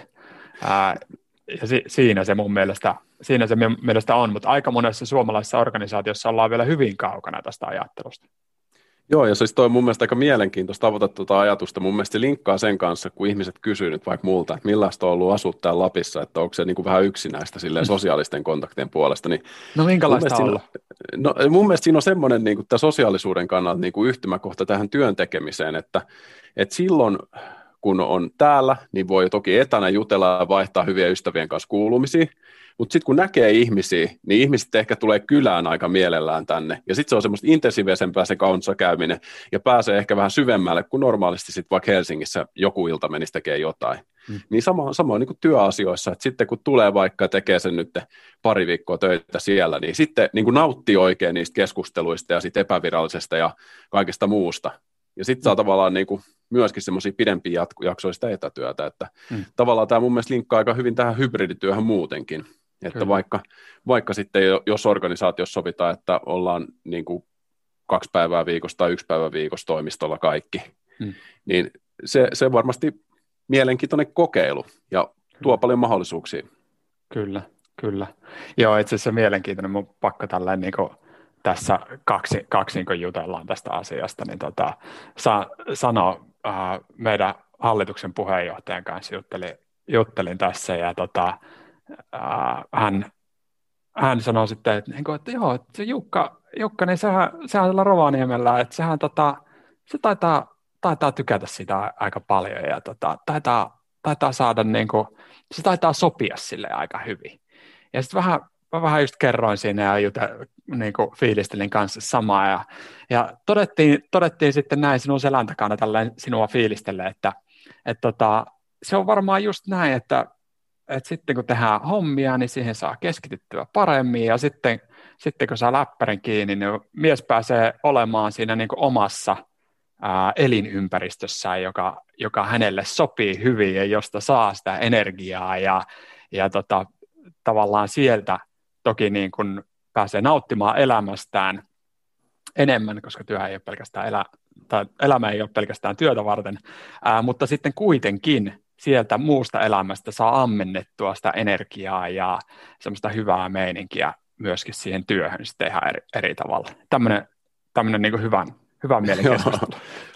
Ja siinä se mun mielestä on, mutta aika monessa suomalaisessa organisaatiossa ollaan vielä hyvin kaukana tästä ajattelusta. Joo, ja siis toi on mun mielestä aika mielenkiintoista tavoittaa tuota ajatusta. Mun mielestä se linkkaa sen kanssa, kun ihmiset kysyy nyt vaikka multa, että millaista on ollut asua täällä Lapissa, että onko se niin kuin vähän yksinäistä silleen sosiaalisten kontaktien puolesta. Niin no minkälaista on ollut? No mun mielestä siinä on semmoinen niin kuin tämä sosiaalisuuden kannalta niin kuin yhtymäkohta tähän työn tekemiseen, että silloin kun on täällä, niin voi toki etänä jutella ja vaihtaa hyvien ystävien kanssa kuulumisia, mutta sitten kun näkee ihmisiä, niin ihmiset ehkä tulee kylään aika mielellään tänne, ja sitten se on semmoista intensiivisempää se kanssakäyminen, ja pääsee ehkä vähän syvemmälle, kuin normaalisti sitten vaikka Helsingissä joku ilta menisi tekee jotain. Niin samoin niin kuin työasioissa, että sitten kun tulee vaikka tekee sen nyt pari viikkoa töitä siellä, niin sitten niin kuin nauttii oikein niistä keskusteluista ja sitten epävirallisesta ja kaikesta muusta. Ja sitten saa tavallaan niin kuin myöskin semmoisia pidempiä jaksoista etätyötä, että tavallaan tämä mun mielestä linkkaa aika hyvin tähän hybridityöhön muutenkin, että vaikka sitten jos organisaatiossa sovitaan, että ollaan niin kuin 2-3 2 päivää viikossa tai 1 päivä viikossa toimistolla kaikki. Niin se varmasti mielenkiintoinen kokeilu ja tuo paljon mahdollisuuksia. Kyllä. Joo, itse asiassa mielenkiintoinen. Mun pakko tälleen niin tässä kaksi niin jutellaan tästä asiasta, niin sanoa meidän hallituksen puheenjohtajan kanssa juttelin tässä ja hän sanoi sitten, että joo, että se Jukka niin sehän siellä Rovaniemellä, että se taitaa tykätä sitä aika paljon ja taitaa saada, niin kuin, se taitaa sopia sille aika hyvin. Ja sitten vähän just kerroin siinä ja niin kuin fiilistelin kanssa samaa ja todettiin sitten näin sinun selän takana tälleen sinua fiilistelle, että se on varmaan just näin, että sitten kun tehdään hommia, niin siihen saa keskityttyä paremmin ja sitten kun saa läppärin kiinni, niin mies pääsee olemaan siinä niin kuin omassa elinympäristössään, joka hänelle sopii hyvin ja josta saa sitä energiaa ja tavallaan sieltä toki niin kuin pääsee nauttimaan elämästään enemmän, koska työ ei ole pelkästään elämä ei ole pelkästään työtä varten, mutta sitten kuitenkin sieltä muusta elämästä saa ammennettua sitä energiaa ja semmoista hyvää meininkiä myöskin siihen työhön sitten ihan eri tavalla. Tämmöinen niin kuin hyvän mielen keskustelu.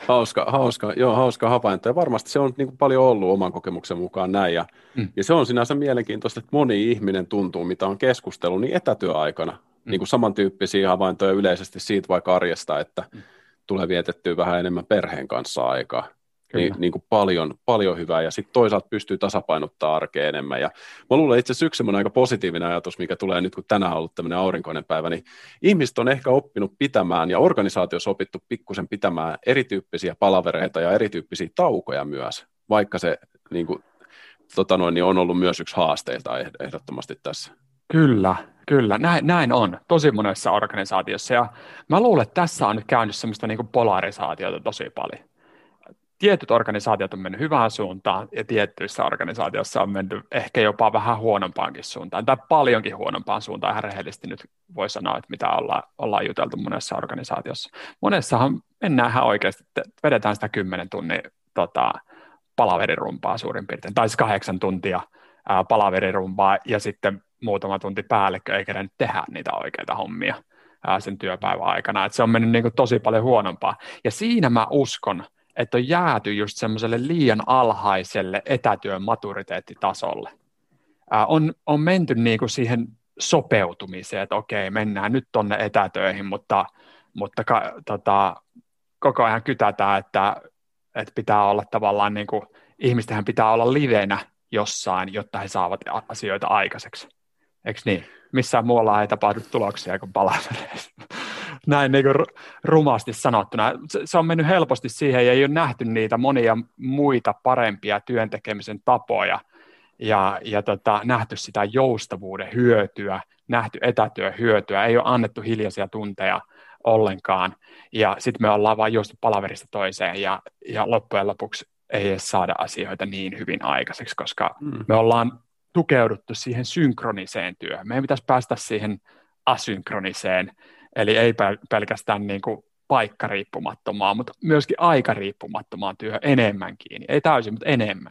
Hauska havainto. Ja varmasti se on niin kuin paljon ollut oman kokemuksen mukaan näin. Ja se on sinänsä mielenkiintoista, että moni ihminen tuntuu, mitä on keskustellut, niin etätyöaikana. Niin kuin samantyyppisiä havaintoja yleisesti siitä vaikka arjesta, että tulee vietettyä vähän enemmän perheen kanssa aikaa. Niin kuin paljon hyvää, ja sitten toisaalta pystyy tasapainottaa arkea enemmän. Ja mä luulen itse asiassa yksi semmoinen aika positiivinen ajatus, mikä tulee nyt, kun tänään on ollut tämmöinen aurinkoinen päivä, niin ihmiset on ehkä oppinut pitämään, ja organisaatiossa opittu pikkusen pitämään erityyppisiä palavereita ja erityyppisiä taukoja myös, vaikka se niin kuin, niin on ollut myös yksi haasteilta ehdottomasti tässä. Kyllä. Näin on tosi monessa organisaatiossa, ja mä luulen, että tässä on nyt käynyt semmoista niin kuin polarisaatiota tosi paljon. Tietyt organisaatiot on mennyt hyvään suuntaan ja tiettyissä organisaatioissa on mennyt ehkä jopa vähän huonompaankin suuntaan tai paljonkin huonompaan suuntaan. Ihan rehellisesti nyt voi sanoa, että mitä ollaan juteltu monessa organisaatiossa. Monessahan mennään ihan oikeasti, vedetään sitä 10 tunnin palaverirumpaa suurin piirtein, tai 8 tuntia palaverirumpaa ja sitten muutama tunti päällekkö ei kerännyt tehdä niitä oikeita hommia sen työpäivän aikana. Et se on mennyt niin kuin tosi paljon huonompaa. Ja siinä mä uskon, että on jääty just semmoiselle liian alhaiselle etätyön maturiteettitasolle. On menty niinku siihen sopeutumiseen, että okei, mennään nyt tonne etätöihin, mutta koko ajan kytätään, että pitää olla tavallaan, niinku, ihmistenhän pitää olla livenä jossain, jotta he saavat asioita aikaiseksi. Eikö niin? Missään muualla ei tapahdu tuloksia kuin palavereissa. Näin niin kuin rumasti sanottuna. Se on mennyt helposti siihen ja ei ole nähty niitä monia muita parempia työntekemisen tapoja ja nähty sitä joustavuuden hyötyä, nähty etätyön hyötyä, ei ole annettu hiljaisia tunteja ollenkaan ja sitten me ollaan vain juostu palaverista toiseen ja loppujen lopuksi ei edes saada asioita niin hyvin aikaiseksi, koska me ollaan tukeuduttu siihen synkroniseen työhön. Meidän pitäisi päästä siihen asynkroniseen, eli ei pelkästään niin kuin paikkariippumattomaan, mutta myöskin aikariippumattomaan työhön enemmänkin. Ei täysin, mutta enemmän.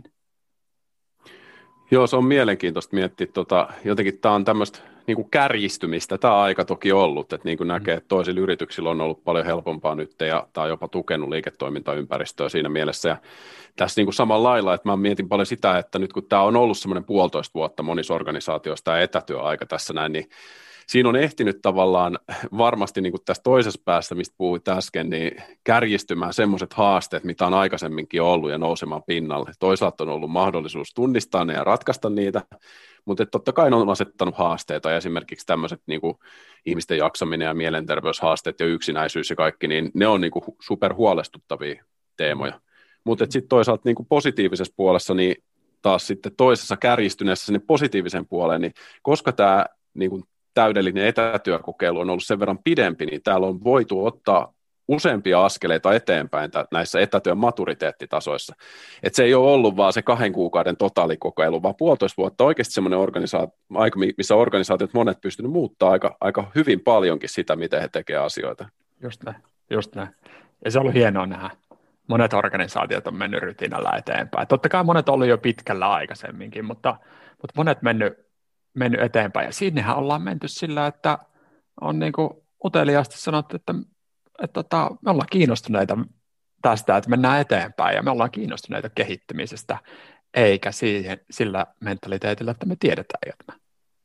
Joo, se on mielenkiintoista miettiä. Jotenkin tämä on tämmöistä niin kuin kärjistymistä. Tämä on aika toki ollut, että niin kuin näkee, että toisilla yrityksillä on ollut paljon helpompaa nyt, ja tämä on jopa tukenut liiketoimintaympäristöä siinä mielessä. Ja tässä niin kuin samalla lailla, että mä mietin paljon sitä, että nyt kun tämä on ollut semmoinen 1,5 vuotta monissa organisaatioissa, tämä etätyöaika tässä näin, niin siinä on ehtinyt tavallaan varmasti niin kuin tässä toisessa päässä, mistä puhuit äsken, niin kärjistymään semmoiset haasteet, mitä on aikaisemminkin ollut ja nousemaan pinnalle. Toisaalta on ollut mahdollisuus tunnistaa ne ja ratkaista niitä, mutta totta kai ne on asettanut haasteita ja esimerkiksi tämmöiset niin kuin ihmisten jaksaminen ja mielenterveyshaasteet ja yksinäisyys ja kaikki, niin ne on niin kuin superhuolestuttavia teemoja. Mutta sitten toisaalta niin kuin positiivisessa puolessa, niin taas sitten toisessa kärjistyneessä sinne positiivisen puoleen, niin koska tämä niin kuin täydellinen etätyökokeilu on ollut sen verran pidempi, niin täällä on voitu ottaa useampia askeleita eteenpäin näissä etätyön maturiteettitasoissa. Et se ei ole ollut vaan se 2 kuukauden totaalikokeilu, vaan 1,5 vuotta oikeasti semmoinen aika, missä organisaatiot monet pystynyt muuttaa aika hyvin paljonkin sitä, miten he tekevät asioita. Just näin. just näin. Ja se on ollut hienoa nähdä. Monet organisaatiot on mennyt rytinällä eteenpäin. Totta kai monet on ollut jo pitkällä aikaisemminkin, mutta monet mennyt eteenpäin. Ja sinnehän ollaan menty sillä, että on niin kuin uteliaasti sanottu, että me ollaan kiinnostuneita tästä, että mennään eteenpäin ja me ollaan kiinnostuneita kehittymisestä, eikä sillä mentaliteetillä, että me tiedetään jotain.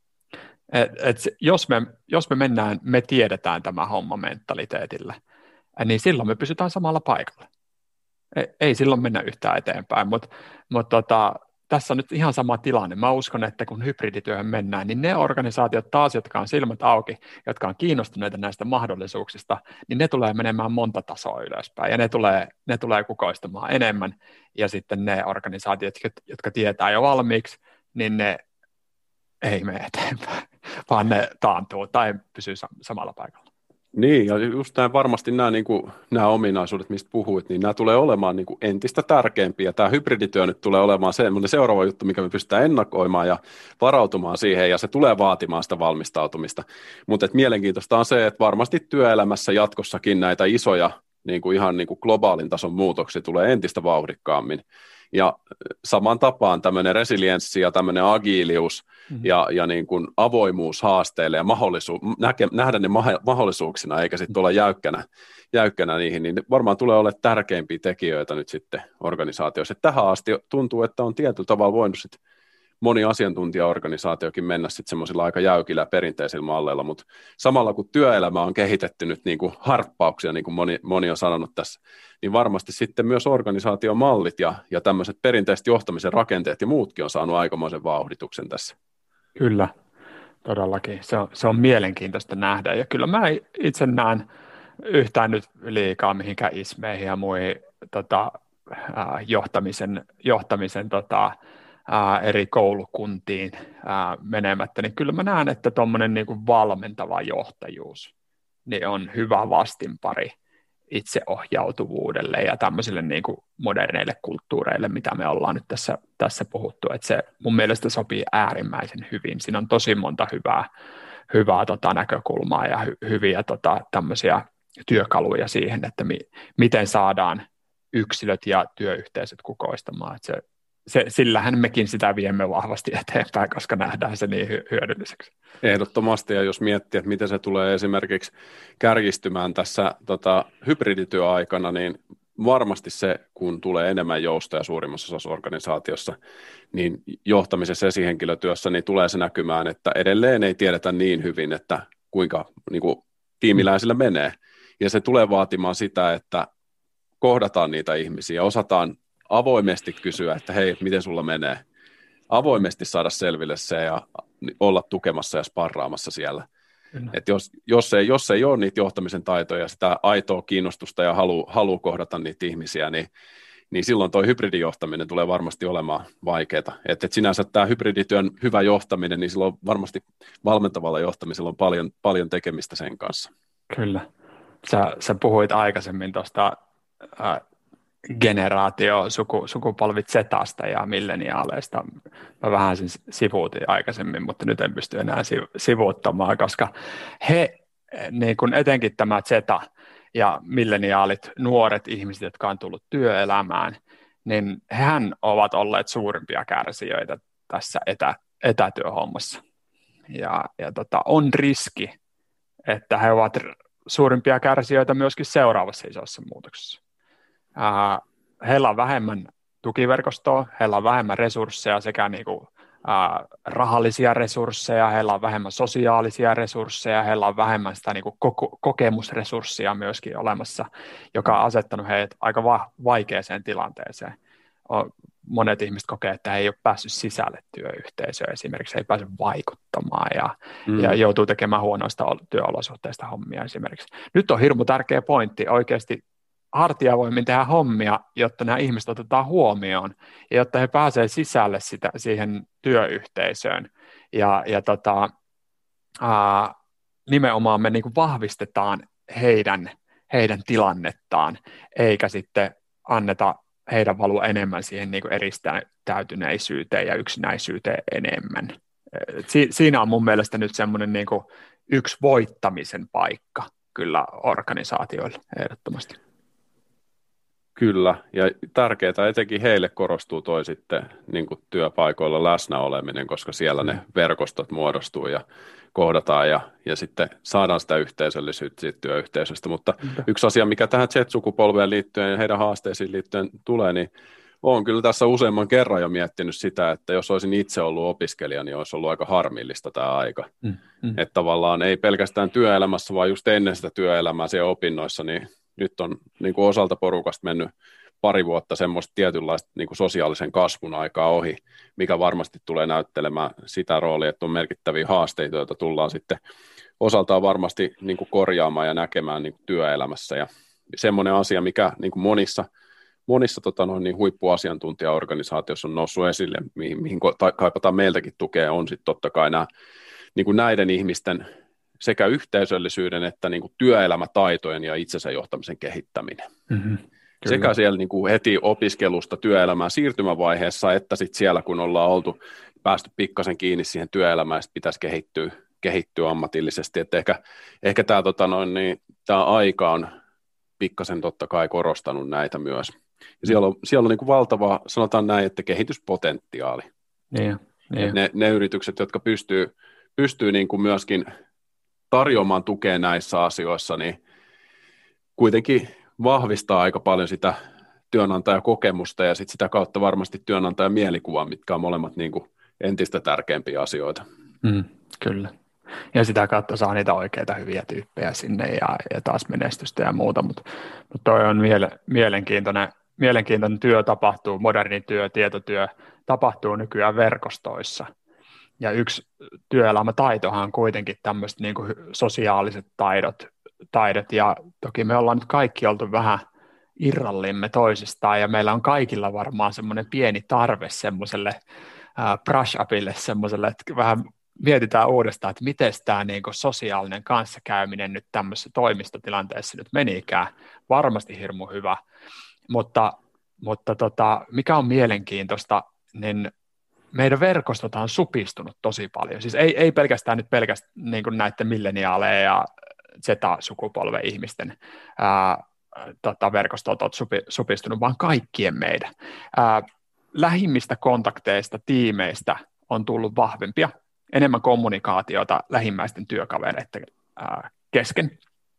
Jos me mennään, me tiedetään tämä homma mentaliteetillä, niin silloin me pysytään samalla paikalla. Ei silloin mennä yhtään eteenpäin, mutta tässä on nyt ihan sama tilanne. Mä uskon, että kun hybridityöhön mennään, niin ne organisaatiot taas, jotka on silmät auki, jotka on kiinnostuneita näistä mahdollisuuksista, niin ne tulee menemään monta tasoa ylöspäin ja ne tulee kukoistamaan enemmän. Ja sitten ne organisaatiot, jotka tietää jo valmiiksi, niin ne ei mene eteenpäin, vaan ne taantuu tai pysyy samalla paikalla. Niin, ja just varmasti nämä ominaisuudet, mistä puhuit, niin nämä tulee olemaan niin kuin entistä tärkeämpiä. Tämä hybridityö nyt tulee olemaan seuraava juttu, mikä me pystytään ennakoimaan ja varautumaan siihen, ja se tulee vaatimaan sitä valmistautumista. Mutta mielenkiintoista on se, että varmasti työelämässä jatkossakin näitä isoja ihan globaalin tason muutoksia tulee entistä vauhdikkaammin. Ja saman tapaan tämmöinen resilienssi ja tämmöinen agiilius ja niin kuin avoimuus haasteille ja nähdä ne mahdollisuuksina eikä sitten olla jäykkänä niihin, niin varmaan tulee olla tärkeimpiä tekijöitä nyt sitten organisaatioissa. Tähän asti tuntuu, että on tietyllä tavalla voinut sitten moni asiantuntijaorganisaatiokin mennä sitten semmoisilla aika jäykillä perinteisillä malleilla, mutta samalla kun työelämä on kehitetty nyt niin kuin harppauksia, niin kuin moni on sanonut tässä, niin varmasti sitten myös organisaatiomallit ja tämmöiset perinteiset johtamisen rakenteet ja muutkin on saanut aikamoisen vauhdituksen tässä. Kyllä, todellakin. Se on mielenkiintoista nähdä ja kyllä mä itse näen yhtään nyt liikaa mihinkään ismeihin ja muihin johtamisen eri koulukuntiin menemättä, niin kyllä mä näen, että tuommoinen niin kuin valmentava johtajuus niin on hyvä vastinpari itseohjautuvuudelle ja tämmöisille niin kuin moderneille kulttuureille, mitä me ollaan nyt tässä puhuttu, että se mun mielestä sopii äärimmäisen hyvin. Siinä on tosi monta hyvää näkökulmaa ja hyviä tämmöisiä työkaluja siihen, että miten saadaan yksilöt ja työyhteisöt kukoistamaan, että sillähän mekin sitä viemme vahvasti eteenpäin, koska nähdään se niin hyödylliseksi. Ehdottomasti, ja jos miettii, että miten se tulee esimerkiksi kärjistymään tässä hybridityöaikana, niin varmasti se, kun tulee enemmän joustoja suurimmassa osassa organisaatiossa, niin johtamisessa esihenkilötyössä niin tulee se näkymään, että edelleen ei tiedetä niin hyvin, että kuinka niin kuin tiimiläisillä menee. Ja se tulee vaatimaan sitä, että kohdataan niitä ihmisiä, osataan avoimesti kysyä, että hei, miten sulla menee? Avoimesti saada selville se ja olla tukemassa ja sparraamassa siellä. Että jos ei ole niitä johtamisen taitoja ja sitä aitoa kiinnostusta ja halua kohdata niitä ihmisiä, niin silloin tuo hybridijohtaminen tulee varmasti olemaan vaikeaa. Että sinänsä tämä hybridityön hyvä johtaminen, niin silloin varmasti valmentavalla johtamisella on paljon tekemistä sen kanssa. Kyllä. Sä puhuit aikaisemmin tuosta sukupolvit Z:stä ja milleniaaleista. Mä vähän sen sivuutin aikaisemmin, mutta nyt en pysty enää sivuuttamaan, koska he, niin kuin etenkin tämä Z ja milleniaalit, nuoret ihmiset, jotka on tullut työelämään, niin hehän ovat olleet suurimpia kärsijöitä tässä etätyöhommassa. Ja on riski, että he ovat suurimpia kärsijöitä myöskin seuraavassa isossa muutoksessa. Heillä on vähemmän tukiverkostoa, heillä on vähemmän resursseja sekä rahallisia resursseja, heillä on vähemmän sosiaalisia resursseja, heillä on vähemmän sitä kokemusresurssia myöskin olemassa, joka on asettanut heidät aika vaikeaseen tilanteeseen. Monet ihmiset kokee, että he ei ole päässyt sisälle työyhteisöön, esimerkiksi he ei pääse vaikuttamaan ja joutuu tekemään huonoista työolosuhteista hommia esimerkiksi. Nyt on hirmu tärkeä pointti oikeasti hartiavoimin tehdä hommia, jotta nämä ihmiset otetaan huomioon ja jotta he pääsevät sisälle siihen työyhteisöön nimenomaan me niin kuin vahvistetaan heidän tilannettaan eikä sitten anneta heidän valua enemmän siihen niin kuin eristäytyneisyyteen ja yksinäisyyteen enemmän. Siinä on mun mielestä nyt semmoinen niin kuin yksi voittamisen paikka kyllä organisaatioille ehdottomasti. Kyllä, ja tärkeää etenkin heille korostuu toi sitten niin kuin työpaikoilla läsnä oleminen, koska siellä ne verkostot muodostuu ja kohdataan ja sitten saadaan sitä yhteisöllisyyttä siitä työyhteisöstä. Mutta yksi asia, mikä tähän Z-sukupolveen liittyen ja heidän haasteisiin liittyen tulee, niin olen kyllä tässä useamman kerran jo miettinyt sitä, että jos olisin itse ollut opiskelija, niin olisi ollut aika harmillista tämä aika. Että tavallaan ei pelkästään työelämässä, vaan just ennen sitä työelämää siellä opinnoissa, niin nyt on niin kuin osalta porukasta mennyt pari vuotta semmoista tietynlaista niin kuin sosiaalisen kasvun aikaa ohi, mikä varmasti tulee näyttelemään sitä roolia, että on merkittäviä haasteita, joita tullaan sitten osaltaan varmasti niin kuin korjaamaan ja näkemään niin kuin työelämässä. Ja semmoinen asia, mikä niin kuin monissa niin huippuasiantuntijaorganisaatioissa on noussut esille, mihin kaipataan meiltäkin tukea, on sitten totta kai nämä, niin kuin näiden ihmisten sekä yhteisöllisyyden että niin kuin työelämätaitojen ja itsensä johtamisen kehittäminen. Sekä siellä niin kuin heti opiskelusta työelämään siirtymävaiheessa, että sitten siellä, kun ollaan päästy pikkasen kiinni siihen työelämään, ja pitäisi kehittyä ammatillisesti. Että ehkä tämä, tämä aika on pikkasen totta kai korostanut näitä myös. Ja siellä on niin kuin valtava, sanotaan näin, että kehityspotentiaali. Niin. Ne yritykset, jotka pystyy niin kuin myöskin tarjoamaan tukea näissä asioissa, niin kuitenkin vahvistaa aika paljon sitä työnantajakokemusta ja sitä kautta varmasti työnantajan mielikuvaa, mitkä on molemmat niin kuin entistä tärkeämpiä asioita. Kyllä. Ja sitä kautta saa niitä oikeita hyviä tyyppejä sinne ja taas menestystä ja muuta, mutta toi on mielenkiintoinen työ tapahtuu, moderni työ, tietotyö tapahtuu nykyään verkostoissa. Ja yksi työelämätaitohan on kuitenkin tämmöiset niin kuin sosiaaliset taidot, ja toki me ollaan nyt kaikki oltu vähän irrallimme toisistaan, ja meillä on kaikilla varmaan semmoinen pieni tarve semmoiselle brush-upille, semmoiselle, että vähän mietitään uudestaan, että miten tämä niin kuin sosiaalinen kanssakäyminen nyt tämmöisessä toimistotilanteessa nyt menikään. Varmasti hirmu hyvä, mutta mikä on mielenkiintoista, niin meidän verkostot on supistunut tosi paljon. Siis ei pelkästään niin kuin näiden milleniaaleja ja Z-sukupolven ihmisten verkostot on supistunut, vaan kaikkien meidän. Lähimmistä kontakteista, tiimeistä on tullut vahvempia, enemmän kommunikaatiota lähimmäisten työkavereiden kesken,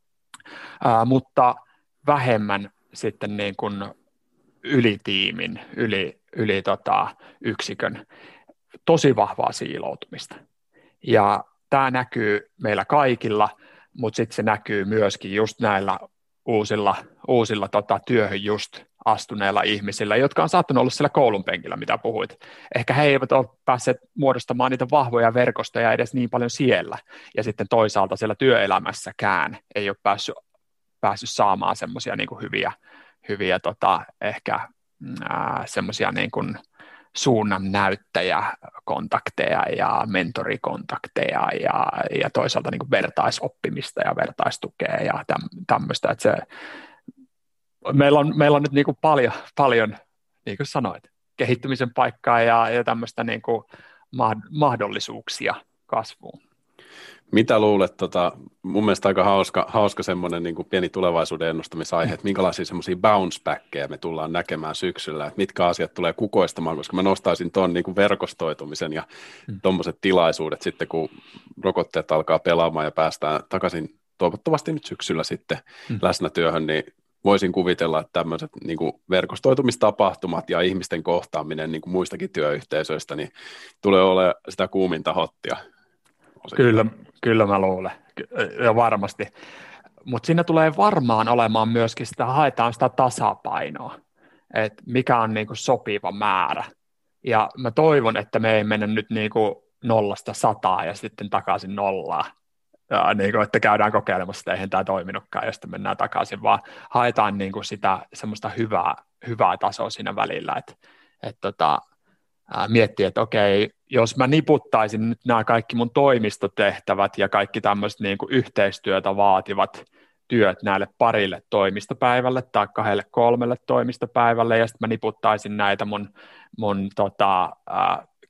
mutta vähemmän sitten niin kuin yli tiimin, yli yksikön, tosi vahvaa siiloutumista. Ja tämä näkyy meillä kaikilla, mutta sitten se näkyy myöskin just näillä uusilla työhön just astuneilla ihmisillä, jotka on saattanut olla siellä koulun penkillä, mitä puhuit. Ehkä he eivät ole päässeet muodostamaan niitä vahvoja verkostoja edes niin paljon siellä, ja sitten toisaalta siellä työelämässäkään ei ole päässyt saamaan semmoisia niin kuin hyviä ehkä semmoisia niin kuin suunnannäyttäjäkontakteja ja mentorikontakteja ja toisaalta niin kuin vertaisoppimista ja vertaistukea ja tämmöistä, että se meillä on nyt niin kuin paljon, niin kuin sanoit, kehittymisen paikkaa ja tämmöistä niin kuin mahdollisuuksia kasvuun. Mitä luulet, mun mielestä aika hauska semmoinen niin kuin pieni tulevaisuuden ennustamisaihe, että minkälaisia semmoisia bounce backkejä me tullaan näkemään syksyllä, että mitkä asiat tulee kukoistamaan, koska mä nostaisin tuon niin kuin verkostoitumisen ja tuommoiset tilaisuudet sitten, kun rokotteet alkaa pelaamaan ja päästään takaisin toivottavasti nyt syksyllä sitten läsnätyöhön, niin voisin kuvitella, että tämmöiset niin kuin verkostoitumistapahtumat ja ihmisten kohtaaminen niin kuin muistakin työyhteisöistä, niin tulee olemaan sitä kuuminta hottia. Kyllä mä luulen, ja varmasti. Mutta siinä tulee varmaan olemaan myöskin haetaan sitä tasapainoa, että mikä on niinku sopiva määrä. Ja mä toivon, että me ei mennä nyt niinku 0–100 ja sitten takaisin 0. Niinku, että käydään kokeilemassa, että eihän tämä toiminutkaan, ja sitten mennään takaisin, vaan haetaan niinku sitä semmoista hyvää tasoa siinä välillä, että miettiä, että okei, jos mä niputtaisin nyt nämä kaikki mun toimistotehtävät ja kaikki tämmöiset niin kuin yhteistyötä vaativat työt näille parille toimistopäivälle tai 2–3 toimistopäivälle, ja sitten mä niputtaisin näitä mun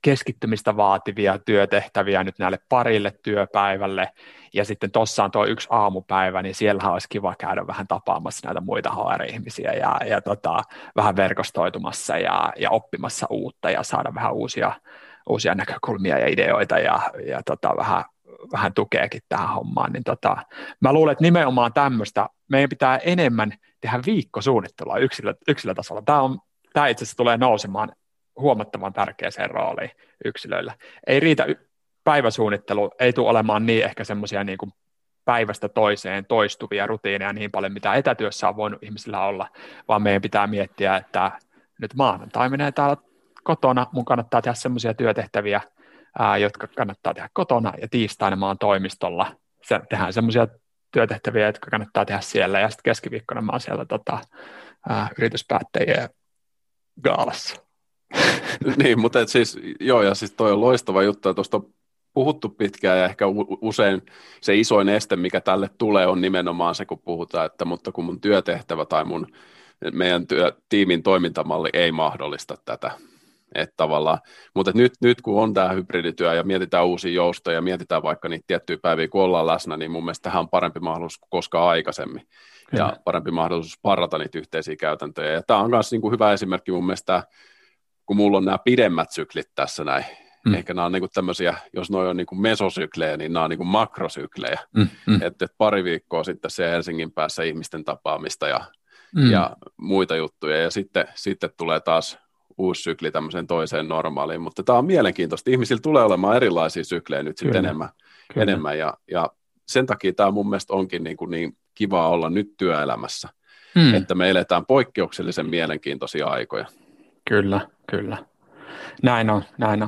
keskittymistä vaativia työtehtäviä nyt näille parille työpäivälle, ja sitten tuossa on tuo yksi aamupäivä, niin siellä olisi kiva käydä vähän tapaamassa näitä muita HR-ihmisiä ja vähän verkostoitumassa ja oppimassa uutta ja saada vähän uusia näkökulmia ja ideoita ja vähän tukeakin tähän hommaan, niin mä luulen, että nimenomaan tämmöistä meidän pitää enemmän tehdä viikkosuunnittelua yksilötasolla. Tämä itse asiassa tulee nousemaan huomattavan tärkeäseen rooliin yksilöillä. Ei riitä päiväsuunnittelu, ei tule olemaan niin ehkä semmoisia niin kuin päivästä toiseen toistuvia rutiineja niin paljon, mitä etätyössä on voinut ihmisillä olla, vaan meidän pitää miettiä, että nyt maanantai menee täällä kotona, mun kannattaa tehdä semmoisia työtehtäviä, jotka kannattaa tehdä kotona, ja tiistaina mä oon toimistolla. Tehdään semmoisia työtehtäviä, jotka kannattaa tehdä siellä, ja sitten keskiviikkona mä oon siellä yrityspäättäjien gaalassa. Niin, mutta siis, joo, ja siis toi on loistava juttu, ja tuosta on puhuttu pitkään, ja ehkä usein se isoin este, mikä tälle tulee, on nimenomaan se, kun puhutaan, että mutta kun mun työtehtävä tai meidän tiimin toimintamalli ei mahdollista tätä. Että tavallaan, mutta nyt kun on tämä hybridityö ja mietitään uusia joustoja ja mietitään vaikka niitä tiettyjä päiviä, kun ollaan läsnä, niin mun mielestä tähän on parempi mahdollisuus kuin koskaan aikaisemmin. Kyllä. Ja parempi mahdollisuus parata niitä yhteisiä käytäntöjä. Ja tämä on myös niin kuin hyvä esimerkki mun mielestä, kun mulla on nämä pidemmät syklit tässä näin. Ehkä nämä on niin kuin tämmöisiä, jos noi on niin kuin mesosyklejä, niin nämä on niin kuin makrosyklejä. Että pari viikkoa sitten se Helsingin päässä ihmisten tapaamista ja muita juttuja. Ja sitten tulee taas uusi sykli tämmöiseen toiseen normaaliin, mutta tämä on mielenkiintoista. Ihmisillä tulee olemaan erilaisia syklejä nyt sitten enemmän ja sen takia tämä mun mielestä onkin niin kivaa olla nyt työelämässä, että me eletään poikkeuksellisen mielenkiintoisia aikoja. Kyllä. Näin on.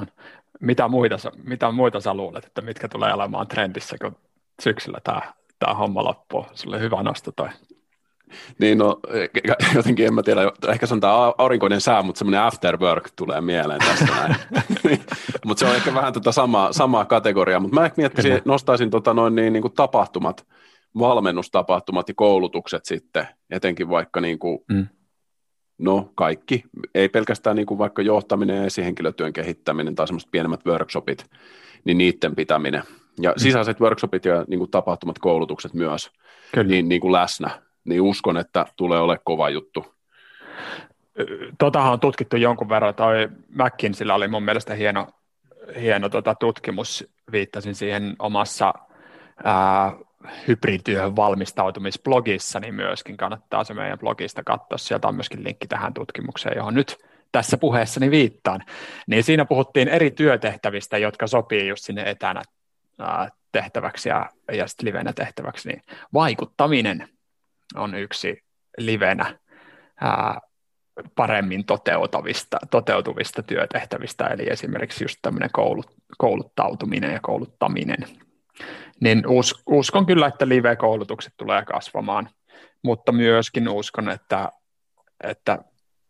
Mitä muita sä luulet, että mitkä tulee olemaan trendissä, kun syksyllä tämä homma loppuu? Sulle hyvä nosto toi. Niin no, jotenkin en mä tiedä, ehkä se on tämä aurinkoinen sää, mutta semmoinen after work tulee mieleen tästä näin. Mutta se on ehkä vähän tätä samaa kategoriaa, mutta mä ehkä miettisin, nostaisin niin kuin tapahtumat, valmennustapahtumat ja koulutukset sitten, etenkin vaikka niin kuin, no kaikki, ei pelkästään niin kuin vaikka johtaminen ja esihenkilötyön kehittäminen tai semmoiset pienemmät workshopit, niin niiden pitäminen. Ja sisäiset workshopit ja niin kuin tapahtumat, koulutukset myös, niin kuin läsnä. Niin uskon, että tulee olemaan kova juttu. Totahan on tutkittu jonkun verran. Toi McKinseyllä oli mun mielestä hieno tutkimus. Viittasin siihen omassa hybridityöhön valmistautumisblogissa, niin myöskin kannattaa se meidän blogista katsoa. Sieltä on myöskin linkki tähän tutkimukseen, johon nyt tässä puheessani viittaan. Niin siinä puhuttiin eri työtehtävistä, jotka sopii just sinne etänä tehtäväksi ja sitten livenä tehtäväksi. Niin vaikuttaminen on yksi livenä paremmin toteutuvista työtehtävistä, eli esimerkiksi just tämmöinen kouluttautuminen ja kouluttaminen. Niin uskon kyllä, että live-koulutukset tulee kasvamaan, mutta myöskin uskon, että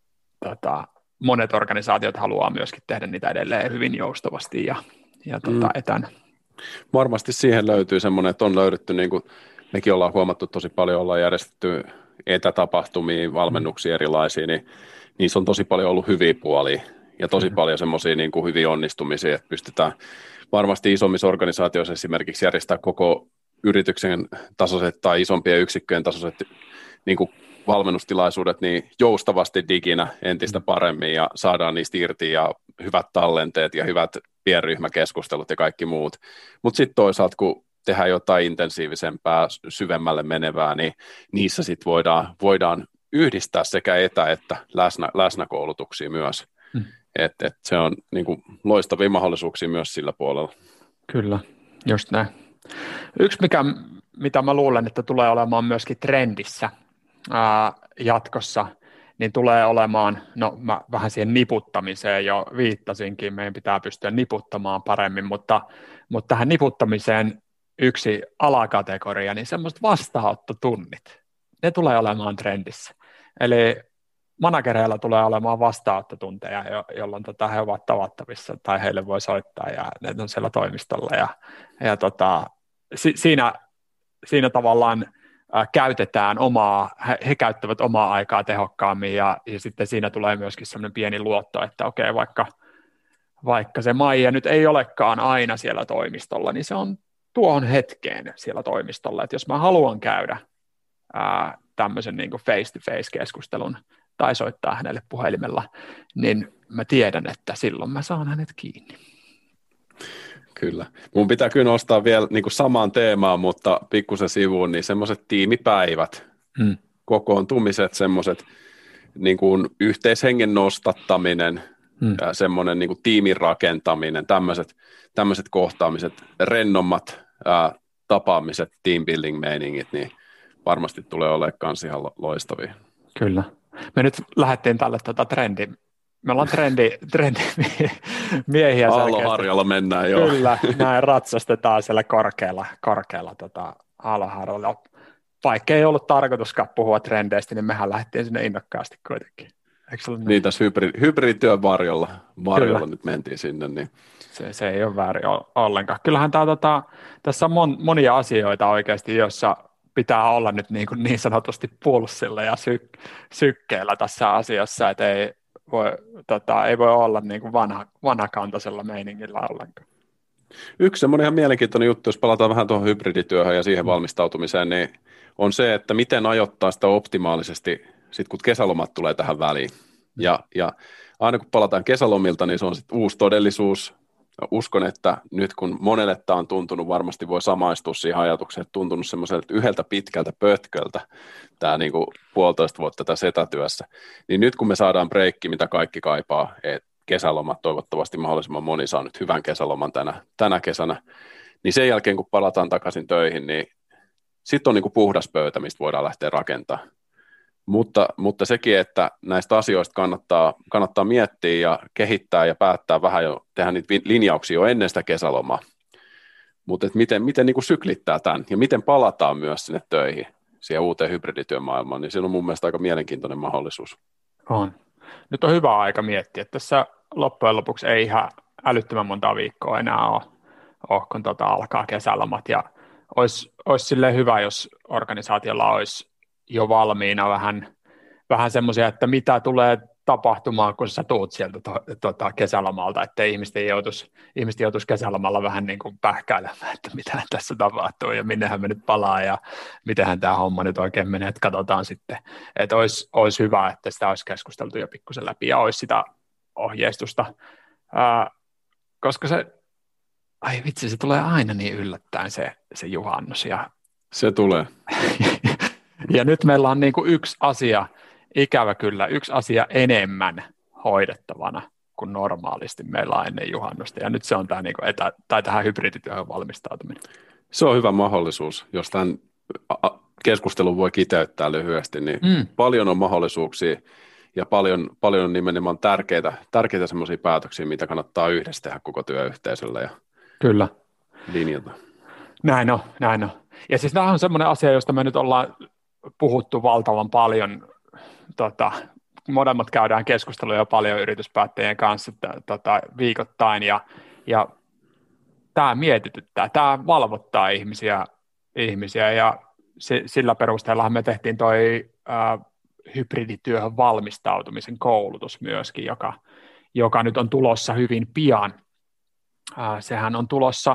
monet organisaatiot haluaa myöskin tehdä niitä edelleen hyvin joustavasti ja etänä. Varmasti siihen löytyy semmoinen, että on löydetty niin kuin mekin ollaan huomattu tosi paljon, ollaan järjestetty etätapahtumia, valmennuksia erilaisia, niin niissä on tosi paljon ollut hyviä puolia ja tosi paljon semmoisia niin kuin hyviä onnistumisia, että pystytään varmasti isommissa organisaatioissa esimerkiksi järjestää koko yrityksen tasoiset tai isompien yksikköjen tasoiset niin kuin valmennustilaisuudet niin joustavasti diginä entistä paremmin ja saadaan niistä irti ja hyvät tallenteet ja hyvät pienryhmäkeskustelut ja kaikki muut. Mutta sitten toisaalta, kun tehdään jotain intensiivisempää, syvemmälle menevää, niin niissä sitten voidaan yhdistää sekä että läsnäkoulutuksia myös. Et se on niin kuin loistavia mahdollisuuksia myös sillä puolella. Kyllä, just näin. Yksi, mitä mä luulen, että tulee olemaan myöskin trendissä jatkossa, niin tulee olemaan, no mä vähän siihen niputtamiseen jo viittasinkin, meidän pitää pystyä niputtamaan paremmin, mutta tähän niputtamiseen yksi alakategoria, niin semmoiset vastaanottotunnit, ne tulee olemaan trendissä. Eli managereilla tulee olemaan vastaanottotunteja, jolloin he ovat tavattavissa tai heille voi soittaa ja ne on siellä toimistolla. Siinä tavallaan käytetään he käyttävät omaa aikaa tehokkaammin ja sitten siinä tulee myöskin semmoinen pieni luotto, että okei, vaikka vaikka se Maija nyt ei olekaan aina siellä toimistolla, niin se on tuohon hetkeen siellä toimistolla, että jos mä haluan käydä tämmöisen niin kuin face-to-face-keskustelun tai soittaa hänelle puhelimella, niin mä tiedän, että silloin mä saan hänet kiinni. Kyllä. Mun pitää kyllä nostaa vielä niin kuin samaan teemaan, mutta pikkusen sivuun, niin semmoiset tiimipäivät, kokoontumiset, semmoiset niin kuin yhteishengen nostattaminen, ja semmoinen niin kuin tiimin rakentaminen, tämmöiset kohtaamiset, rennommat tapaamiset, team building meiningit, niin varmasti tulee olemaan kans ihan loistavia. Kyllä. Me nyt lähdettiin tälle me ollaan trendimiehiä. Aaloharjalla mennään, joo. Kyllä, näin ratsastetaan siellä korkealla aaloharjalla. Vaikka ei ollut tarkoituskaan puhua trendeistä, niin mehän lähdettiin sinne innokkaasti kuitenkin. Niin tässä hybridityön varjolla nyt mentiin sinne. Niin. Se ei ole väärin ollenkaan. Kyllähän tässä on monia asioita oikeasti, joissa pitää olla nyt niin sanotusti pulssilla ja sykkeellä tässä asiassa, että ei voi olla niin kuin vanhakantaisella meiningillä ollenkaan. Yksi semmoinen ihan mielenkiintoinen juttu, jos palataan vähän tuohon hybridityöhön ja siihen valmistautumiseen, niin on se, että miten ajoittaa sitä optimaalisesti, sit kun kesälomat tulee tähän väliin. Ja aina kun palataan kesälomilta, niin se on sitten uusi todellisuus. Uskon, että nyt kun monelle tämä on tuntunut, varmasti voi samaistua siihen ajatukseen, että tuntunut semmoiselta yhdeltä pitkältä pötköltä tämä niin kuin 1,5 vuotta tässä etätyössä, niin nyt kun me saadaan breikki, mitä kaikki kaipaa, että kesälomat toivottavasti mahdollisimman moni saa nyt hyvän kesäloman tänä kesänä, niin sen jälkeen kun palataan takaisin töihin, niin sitten on niin kuin puhdas pöytä, mistä voidaan lähteä rakentamaan. Mutta sekin, että näistä asioista kannattaa miettiä ja kehittää ja päättää vähän jo, tehdä niitä linjauksia jo ennen sitä kesälomaa. Mutta miten niin kuin syklittää tämän ja miten palataan myös sinne töihin, siihen uuteen hybridityömaailmaan, niin siinä on mun mielestä aika mielenkiintoinen mahdollisuus. On. Nyt on hyvä aika miettiä, että tässä loppujen lopuksi ei ihan älyttömän monta viikkoa enää ole kun alkaa kesälomat ja olisi silleen hyvä, jos organisaatiolla olisi jo valmiina vähän semmoisia, että mitä tulee tapahtumaan, kun sä tuut sieltä kesälomalta, että ihmiset joutuisi kesälomalla vähän niin kuin pähkäilemään, että mitä tässä tapahtuu ja minnehän me nyt palaa ja mitenhän tämä homma nyt oikein menee, että katsotaan sitten, että olisi hyvä, että sitä olisi keskusteltu jo pikkusen läpi ja olisi sitä ohjeistusta, koska se tulee aina niin yllättäen se juhannus. Se tulee. Ja nyt meillä on niin kuin yksi asia enemmän hoidettavana kuin normaalisti meillä on ennen juhannusta, ja nyt se on tämä niin kuin tähän hybridityöhön valmistautuminen. Se on hyvä mahdollisuus, jos tämän keskustelun voi kiteyttää lyhyesti, niin paljon on mahdollisuuksia ja paljon on nimenomaan tärkeitä semmoisia päätöksiä, mitä kannattaa yhdessä tehdä koko työyhteisöllä ja Kyllä. linjata. Näin on. Ja siis tämä on semmoinen asia, josta me nyt ollaan puhuttu valtavan paljon, molemmat käydään keskusteluja paljon yrityspäättäjien kanssa viikoittain, ja tämä mietityttää, tämä valvottaa ihmisiä ja sillä perusteella me tehtiin toi hybridityöhön valmistautumisen koulutus myöskin, joka nyt on tulossa hyvin pian. Sehän on tulossa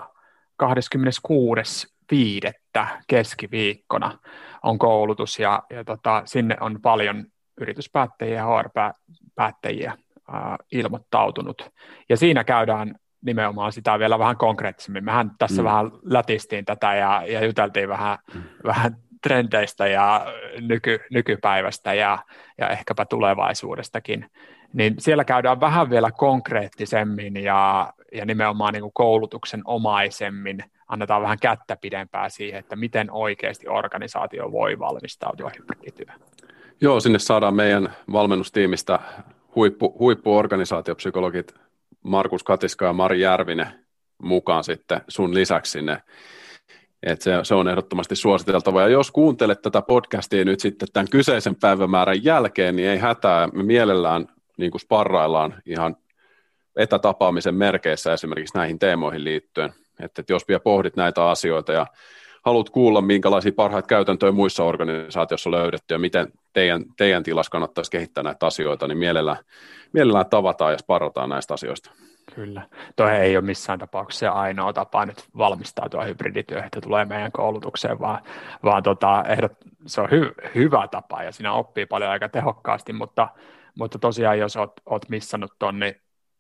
26.5. keskiviikkona on koulutus ja sinne on paljon yrityspäättäjiä ja HR-päättäjiä ilmoittautunut. Ja siinä käydään nimenomaan sitä vielä vähän konkreettisemmin. Mehän tässä vähän lätistiin tätä ja juteltiin vähän trendeistä ja nykypäivästä ja ehkäpä tulevaisuudestakin. Niin siellä käydään vähän vielä konkreettisemmin ja nimenomaan niin kuin koulutuksen omaisemmin, annetaan vähän kättä pidempää siihen, että miten oikeasti organisaatio voi valmistautua hybridityöhön. Joo, sinne saadaan meidän valmennustiimistä huippuorganisaatiopsykologit Markus Katiska ja Mari Järvinen mukaan sitten sun lisäksi sinne. Että se on ehdottomasti suositeltava. Ja jos kuuntelet tätä podcastia nyt sitten tämän kyseisen päivämäärän jälkeen, niin ei hätää. Me mielellään niin kuin sparraillaan ihan etätapaamisen merkeissä esimerkiksi näihin teemoihin liittyen. Että jos vielä pohdit näitä asioita ja haluat kuulla, minkälaisia parhaita käytäntöjä muissa organisaatioissa on löydetty ja miten teidän tilassa kannattaisi kehittää näitä asioita, niin mielellään tavataan ja sparrataan näistä asioista. Kyllä. Toi ei ole missään tapauksessa se ainoa tapa nyt valmistautua hybridityöhön, että tulee meidän koulutukseen, vaan se on hyvä tapa ja siinä oppii paljon aika tehokkaasti, mutta tosiaan jos oot missannut ton, niin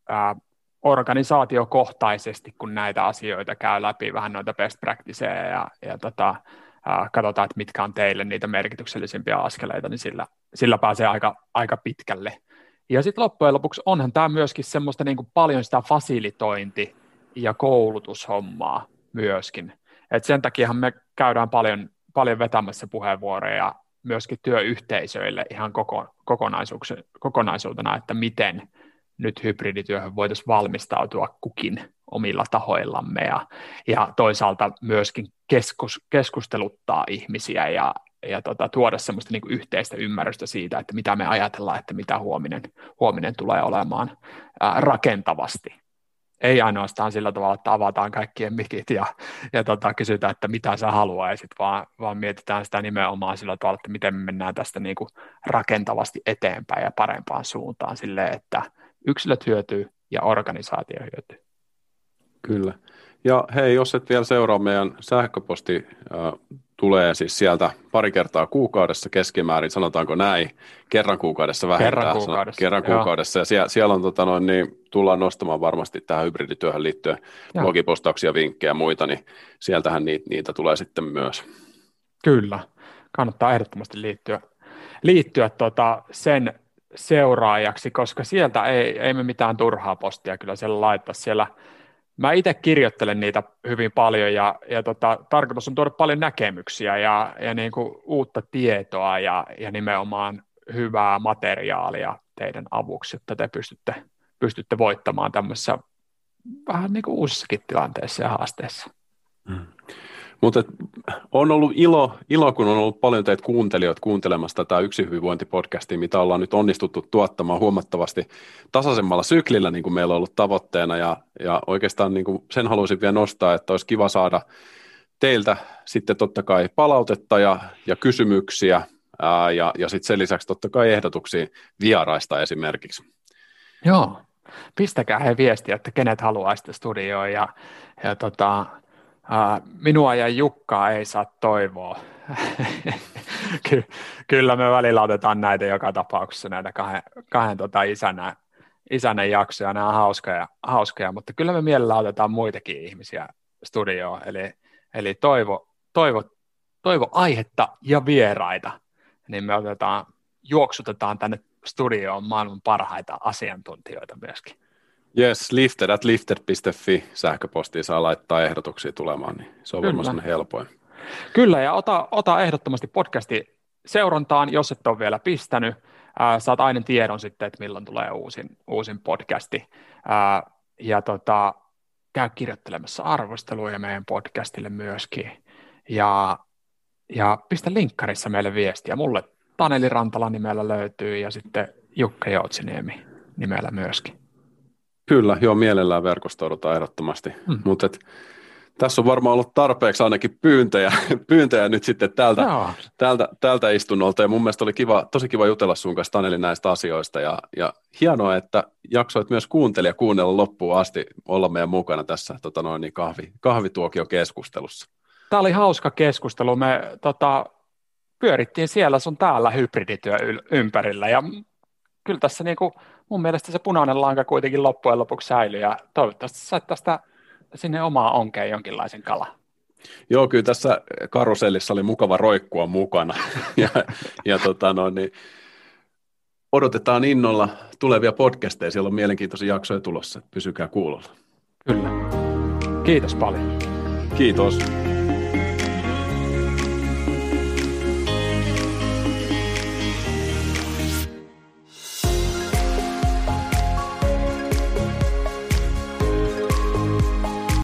organisaatiokohtaisesti, kun näitä asioita käy läpi, vähän noita best practiceja ja katsotaan, että mitkä on teille niitä merkityksellisimpiä askeleita, niin sillä pääsee aika pitkälle. Ja sitten loppujen lopuksi onhan tämä myöskin semmoista niin kuin paljon sitä fasilitointi- ja koulutushommaa myöskin. Et sen takiahan me käydään paljon vetämässä puheenvuoroja myöskin työyhteisöille ihan kokonaisuutena, että miten nyt hybridityöhön voitaisiin valmistautua kukin omilla tahoillamme ja toisaalta myöskin keskusteluttaa ihmisiä ja tuoda semmoista niin kuin yhteistä ymmärrystä siitä, että mitä me ajatellaan, että mitä huominen tulee olemaan rakentavasti. Ei ainoastaan sillä tavalla, että avataan kaikkien mikit ja kysytään, että mitä sä haluaisit, vaan mietitään sitä nimenomaan sillä tavalla, että miten me mennään tästä niin kuin rakentavasti eteenpäin ja parempaan suuntaan silleen, että yksilöt hyötyy ja organisaatio hyötyy. Kyllä. Ja hei, jos et vielä seuraa, meidän sähköposti tulee siis sieltä pari kertaa kuukaudessa keskimäärin, sanotaanko näin, kerran kuukaudessa vähintään. Kerran kuukaudessa. Ja siellä on, niin tullaan nostamaan varmasti tähän hybridityöhön liittyen blogipostauksia, vinkkejä ja muita, niin sieltähän niitä tulee sitten myös. Kyllä, kannattaa ehdottomasti liittyä sen seuraajaksi, koska sieltä ei me mitään turhaa postia kyllä siellä laittaa siellä. Mä itse kirjoittelen niitä hyvin paljon ja tarkoitus on tuoda paljon näkemyksiä ja niin kuin uutta tietoa ja nimenomaan hyvää materiaalia teidän avuksi, jotta te pystytte voittamaan tämmöisessä vähän niin kuin uusissakin tilanteissa ja haasteissa. Mutta on ollut ilo, kun on ollut paljon teitä kuuntelijoita kuuntelemassa tätä Yksi hyvinvointi-podcastia, mitä ollaan nyt onnistuttu tuottamaan huomattavasti tasaisemmalla syklillä, niin kuin meillä on ollut tavoitteena, ja oikeastaan niin kuin sen haluaisin vielä nostaa, että olisi kiva saada teiltä sitten totta kai palautetta ja kysymyksiä, ja sitten sen lisäksi totta kai ehdotuksia vieraista esimerkiksi. Joo, pistäkää he viestiä, että kenet haluaa sitten studioon, ja minua ja Jukkaa ei saa toivoa. Kyllä me välillä otetaan näitä joka tapauksessa, näitä kahden isänän jaksoja, nämä on hauskoja, mutta kyllä me mielellään otetaan muitakin ihmisiä studioon, eli toivo aihetta ja vieraita, niin me juoksutetaan tänne studioon maailman parhaita asiantuntijoita myöskin. Yes, lifted@lifted.fi sähköpostiin saa laittaa ehdotuksia tulemaan, niin se on varmaan helpoin. Kyllä, ja ota ehdottomasti podcasti seurantaan, jos et ole vielä pistänyt. Saat aina tiedon sitten, että milloin tulee uusin podcasti. Käy kirjoittelemassa arvosteluja meidän podcastille myöskin. Ja pistä linkkarissa meille viestiä. Mulle Taneli Rantala nimellä löytyy ja sitten Jukka Joutsiniemi nimellä myöskin. Kyllä, joo, mielellään verkostoidutaan ehdottomasti, mutta tässä on varmaan ollut tarpeeksi ainakin pyyntöjä nyt sitten tältä istunnolta, ja mun mielestä oli tosi kiva jutella sun kanssa, Taneli, näistä asioista, ja hienoa, että jaksoit myös kuunnella loppuun asti, olla meidän mukana tässä kahvituokiokeskustelussa. Tämä oli hauska keskustelu, me pyörittiin siellä sun täällä hybridityö ympärillä, ja kyllä tässä niinku mun mielestä se punainen lanka kuitenkin loppujen lopuksi säilyi, ja toivottavasti sait tästä sinne omaan onkeen jonkinlaisen kalan. Joo, kyllä tässä karusellissa oli mukava roikkua mukana, niin odotetaan innolla tulevia podcasteja, siellä on mielenkiintoisia jaksoja tulossa, pysykää kuulolla. Kyllä. Kiitos paljon. Kiitos.